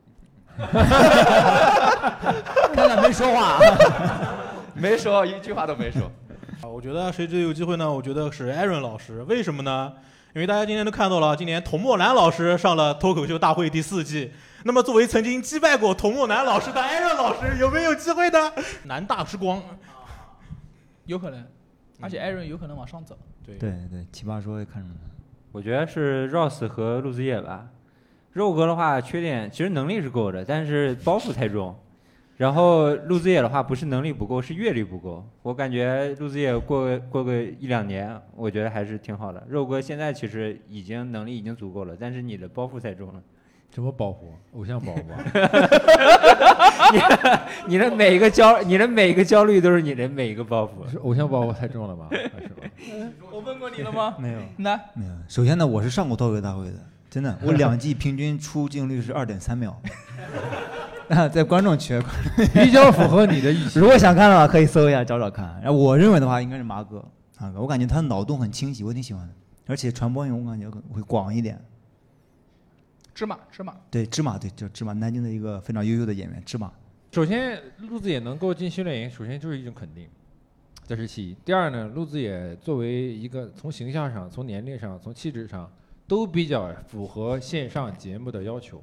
看看没说话， 没说一句话都没说。 我觉得谁最有机会呢？我觉得是 Aaron 老师，为什么呢？因为大家今天都看到了，今年童漠男老师上了脱口秀大会第四季。那么作为曾经击败过童漠男老师的 Aaron 老师，有没有机会呢？男大之光， 有可能，而且 Aaron 有可能往上走。 对对对，奇葩说也看中他。 我觉得是 Ross 和陆子野吧。肉哥的话，缺点其实能力是够的，但是包袱太重。然后陆子野的话，不是能力不够，是阅历不够。我感觉陆子野过过个一两年，我觉得还是挺好的。肉哥现在其实已经能力已经足够了，但是你的包袱太重了。 什么包袱？偶像包袱啊！ 你的你的每一个焦，你的每一个焦虑都是你的每一个包袱。 是偶像包袱太重了吧？还是吧？ 我问过你了吗？ 没有。 那没有。首先呢，我是上过脱口秀大会的，真的，我两季平均出镜率是二点三秒。啊，在观众群比较符合你的意思。 如果想看的话，可以搜一下找找看。然后我认为的话，应该是马哥，马哥，我感觉他脑洞很清晰，我挺喜欢的，而且传播用我感觉会广一点。 芝麻，芝麻。 对，芝麻，对，就芝麻，南京的一个非常优秀的演员，芝麻。 首先，陆子野能够进训练营，首先就是一种肯定，这是其一。第二呢，陆子野作为一个从形象上、从年龄上、从气质上都比较符合线上节目的要求。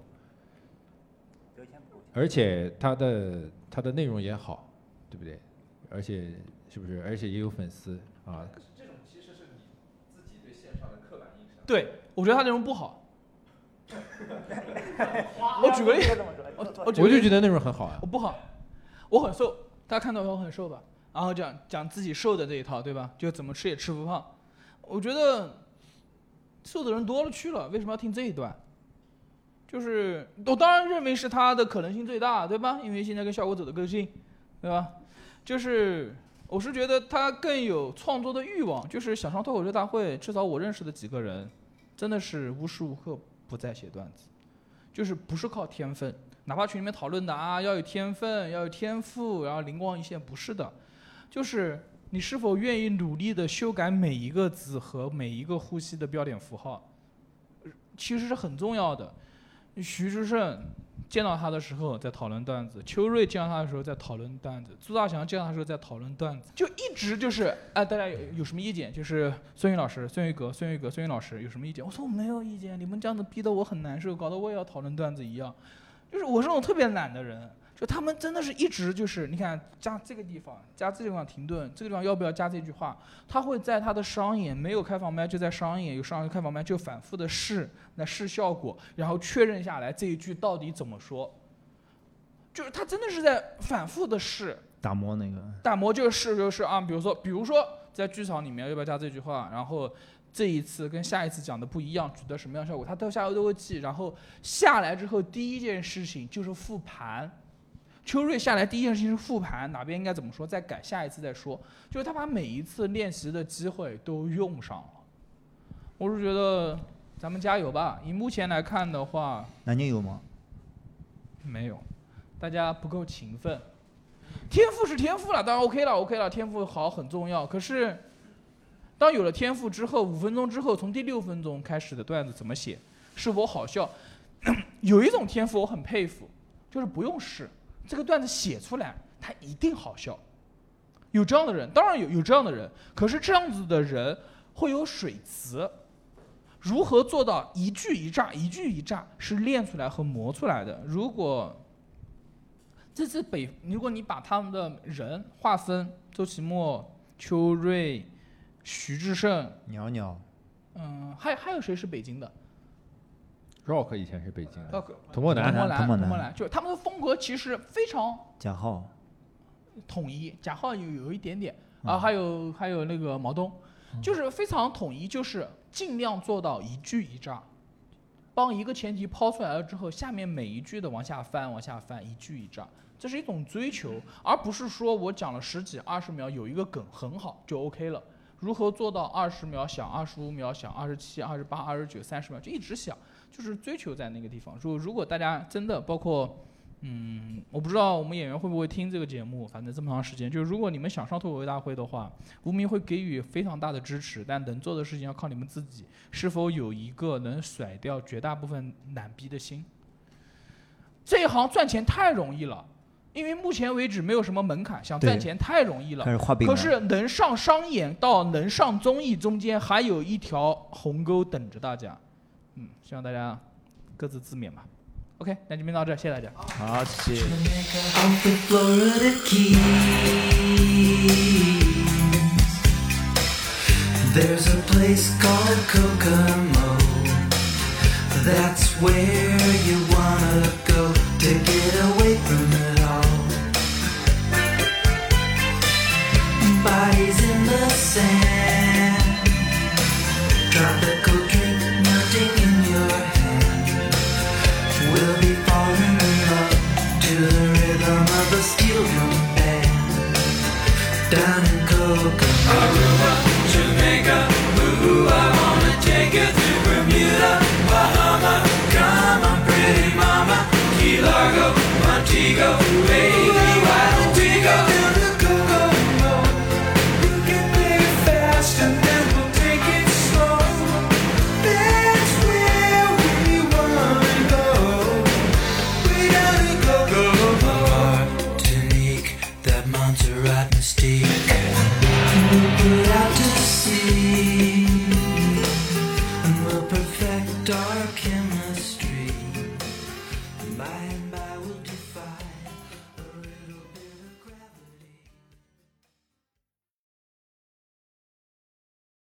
而且他的他的内容也好，对不对？而且是不是？而且也有粉丝啊。 这种其实是你自己对线上的刻板印象。 对，我觉得他内容不好。我举个例子，我我我就觉得内容很好啊。 我不好，我很瘦，大家看到我很瘦吧？然后讲讲自己瘦的这一套，对吧？就怎么吃也吃不胖。我觉得瘦的人多了去了，为什么要听这一段？就是我当然认为是他的可能性最大，对吧？因为现在跟效果走的更近，对吧？就是我是觉得他更有创作的欲望，就是想上脱口秀大会，至少我认识的几个人，真的是无时无刻不在写段子，就是不是靠天分，哪怕群里面讨论的啊，要有天分，要有天赋，然后灵光一现，不是的，就是你是否愿意努力的修改每一个字和每一个呼吸的标点符号，其实是很重要的。徐志胜见到他的时候在讨论段子，邱瑞见到他的时候在讨论段子，朱大强见到他的时候在讨论段子，就一直就是哎、呃，大家有有什么意见？就是孙宇老师、孙玉格、孙玉格、孙宇老师有什么意见？我说我没有意见，你们这样子逼得我很难受，搞得我也要讨论段子一样。就是我是那种特别懒的人，就他们真的是一直就是你看加这个地方加这个地方停顿，这个地方要不要加这句话？他会在他的商演没有开放麦就在商演，有商演开放麦就反复的试来试效果，然后确认下来这一句到底怎么说。就是他真的是在反复的试打磨那个打磨，就是就是啊，比如说比如说在剧场里面要不要加这句话，然后这一次跟下一次讲的不一样，取得什么样的效果，他到下回都会记。然后下来之后，第一件事情就是复盘。邱瑞下来第一件事情是复盘，哪边应该怎么说，再改，下一次再说。就是他把每一次练习的机会都用上了。我是觉得咱们加油吧。以目前来看的话， 南京有吗？ 没有，大家不够勤奋。天赋是天赋了，当然 OK 了 ，OK 了，天赋好很重要。可是，当有了天赋之后，五分钟之后，从第六分钟开始的段子怎么写，是否好笑？有一种天赋我很佩服，就是不用试，这个段子写出来，它一定好笑。有这样的人，当然有有这样的人，可是这样子的人会有水词。如何做到一句一炸，一句一炸，是练出来和磨出来的。如果这次北，如果你把他们的人划分，周奇墨、邱瑞、徐志胜、 鸟鸟， 嗯，还还有谁是北京的 ？Rock 以前是北京的， 童童漠男， 童漠男， 童漠男，就是他们的风格其实非常贾浩统一，贾浩有有一点点啊，还有还有那个毛东，就是非常统一，就是尽量做到一句一炸。帮一个前提抛出来了之后，下面每一句的往下翻，往下翻，一句一炸，这是一种追求，而不是说我讲了十几、二十秒有一个梗很好就 OK 了。如何做到二十秒想、二十五秒想、二十七、二十八、二十九、三十秒就一直想，就是追求在那个地方。如果如果大家真的包括嗯，我不知道我们演员会不会听这个节目，反正这么长时间，就是如果你们想上脱口秀大会的话，无名会给予非常大的支持，但能做的事情要靠你们自己，是否有一个能甩掉绝大部分懒逼的心。这一行赚钱太容易了，因为目前为止没有什么门槛，想赚钱太容易了。可是能上商演到能上综艺中间还有一条鸿沟等着大家。嗯，希望大家各自自勉吧。OK， 那这边到这，谢谢大家。 好，谢谢。There's a place called Kokomo. That's where you wanna go to get away from it all. Bodies in the sand.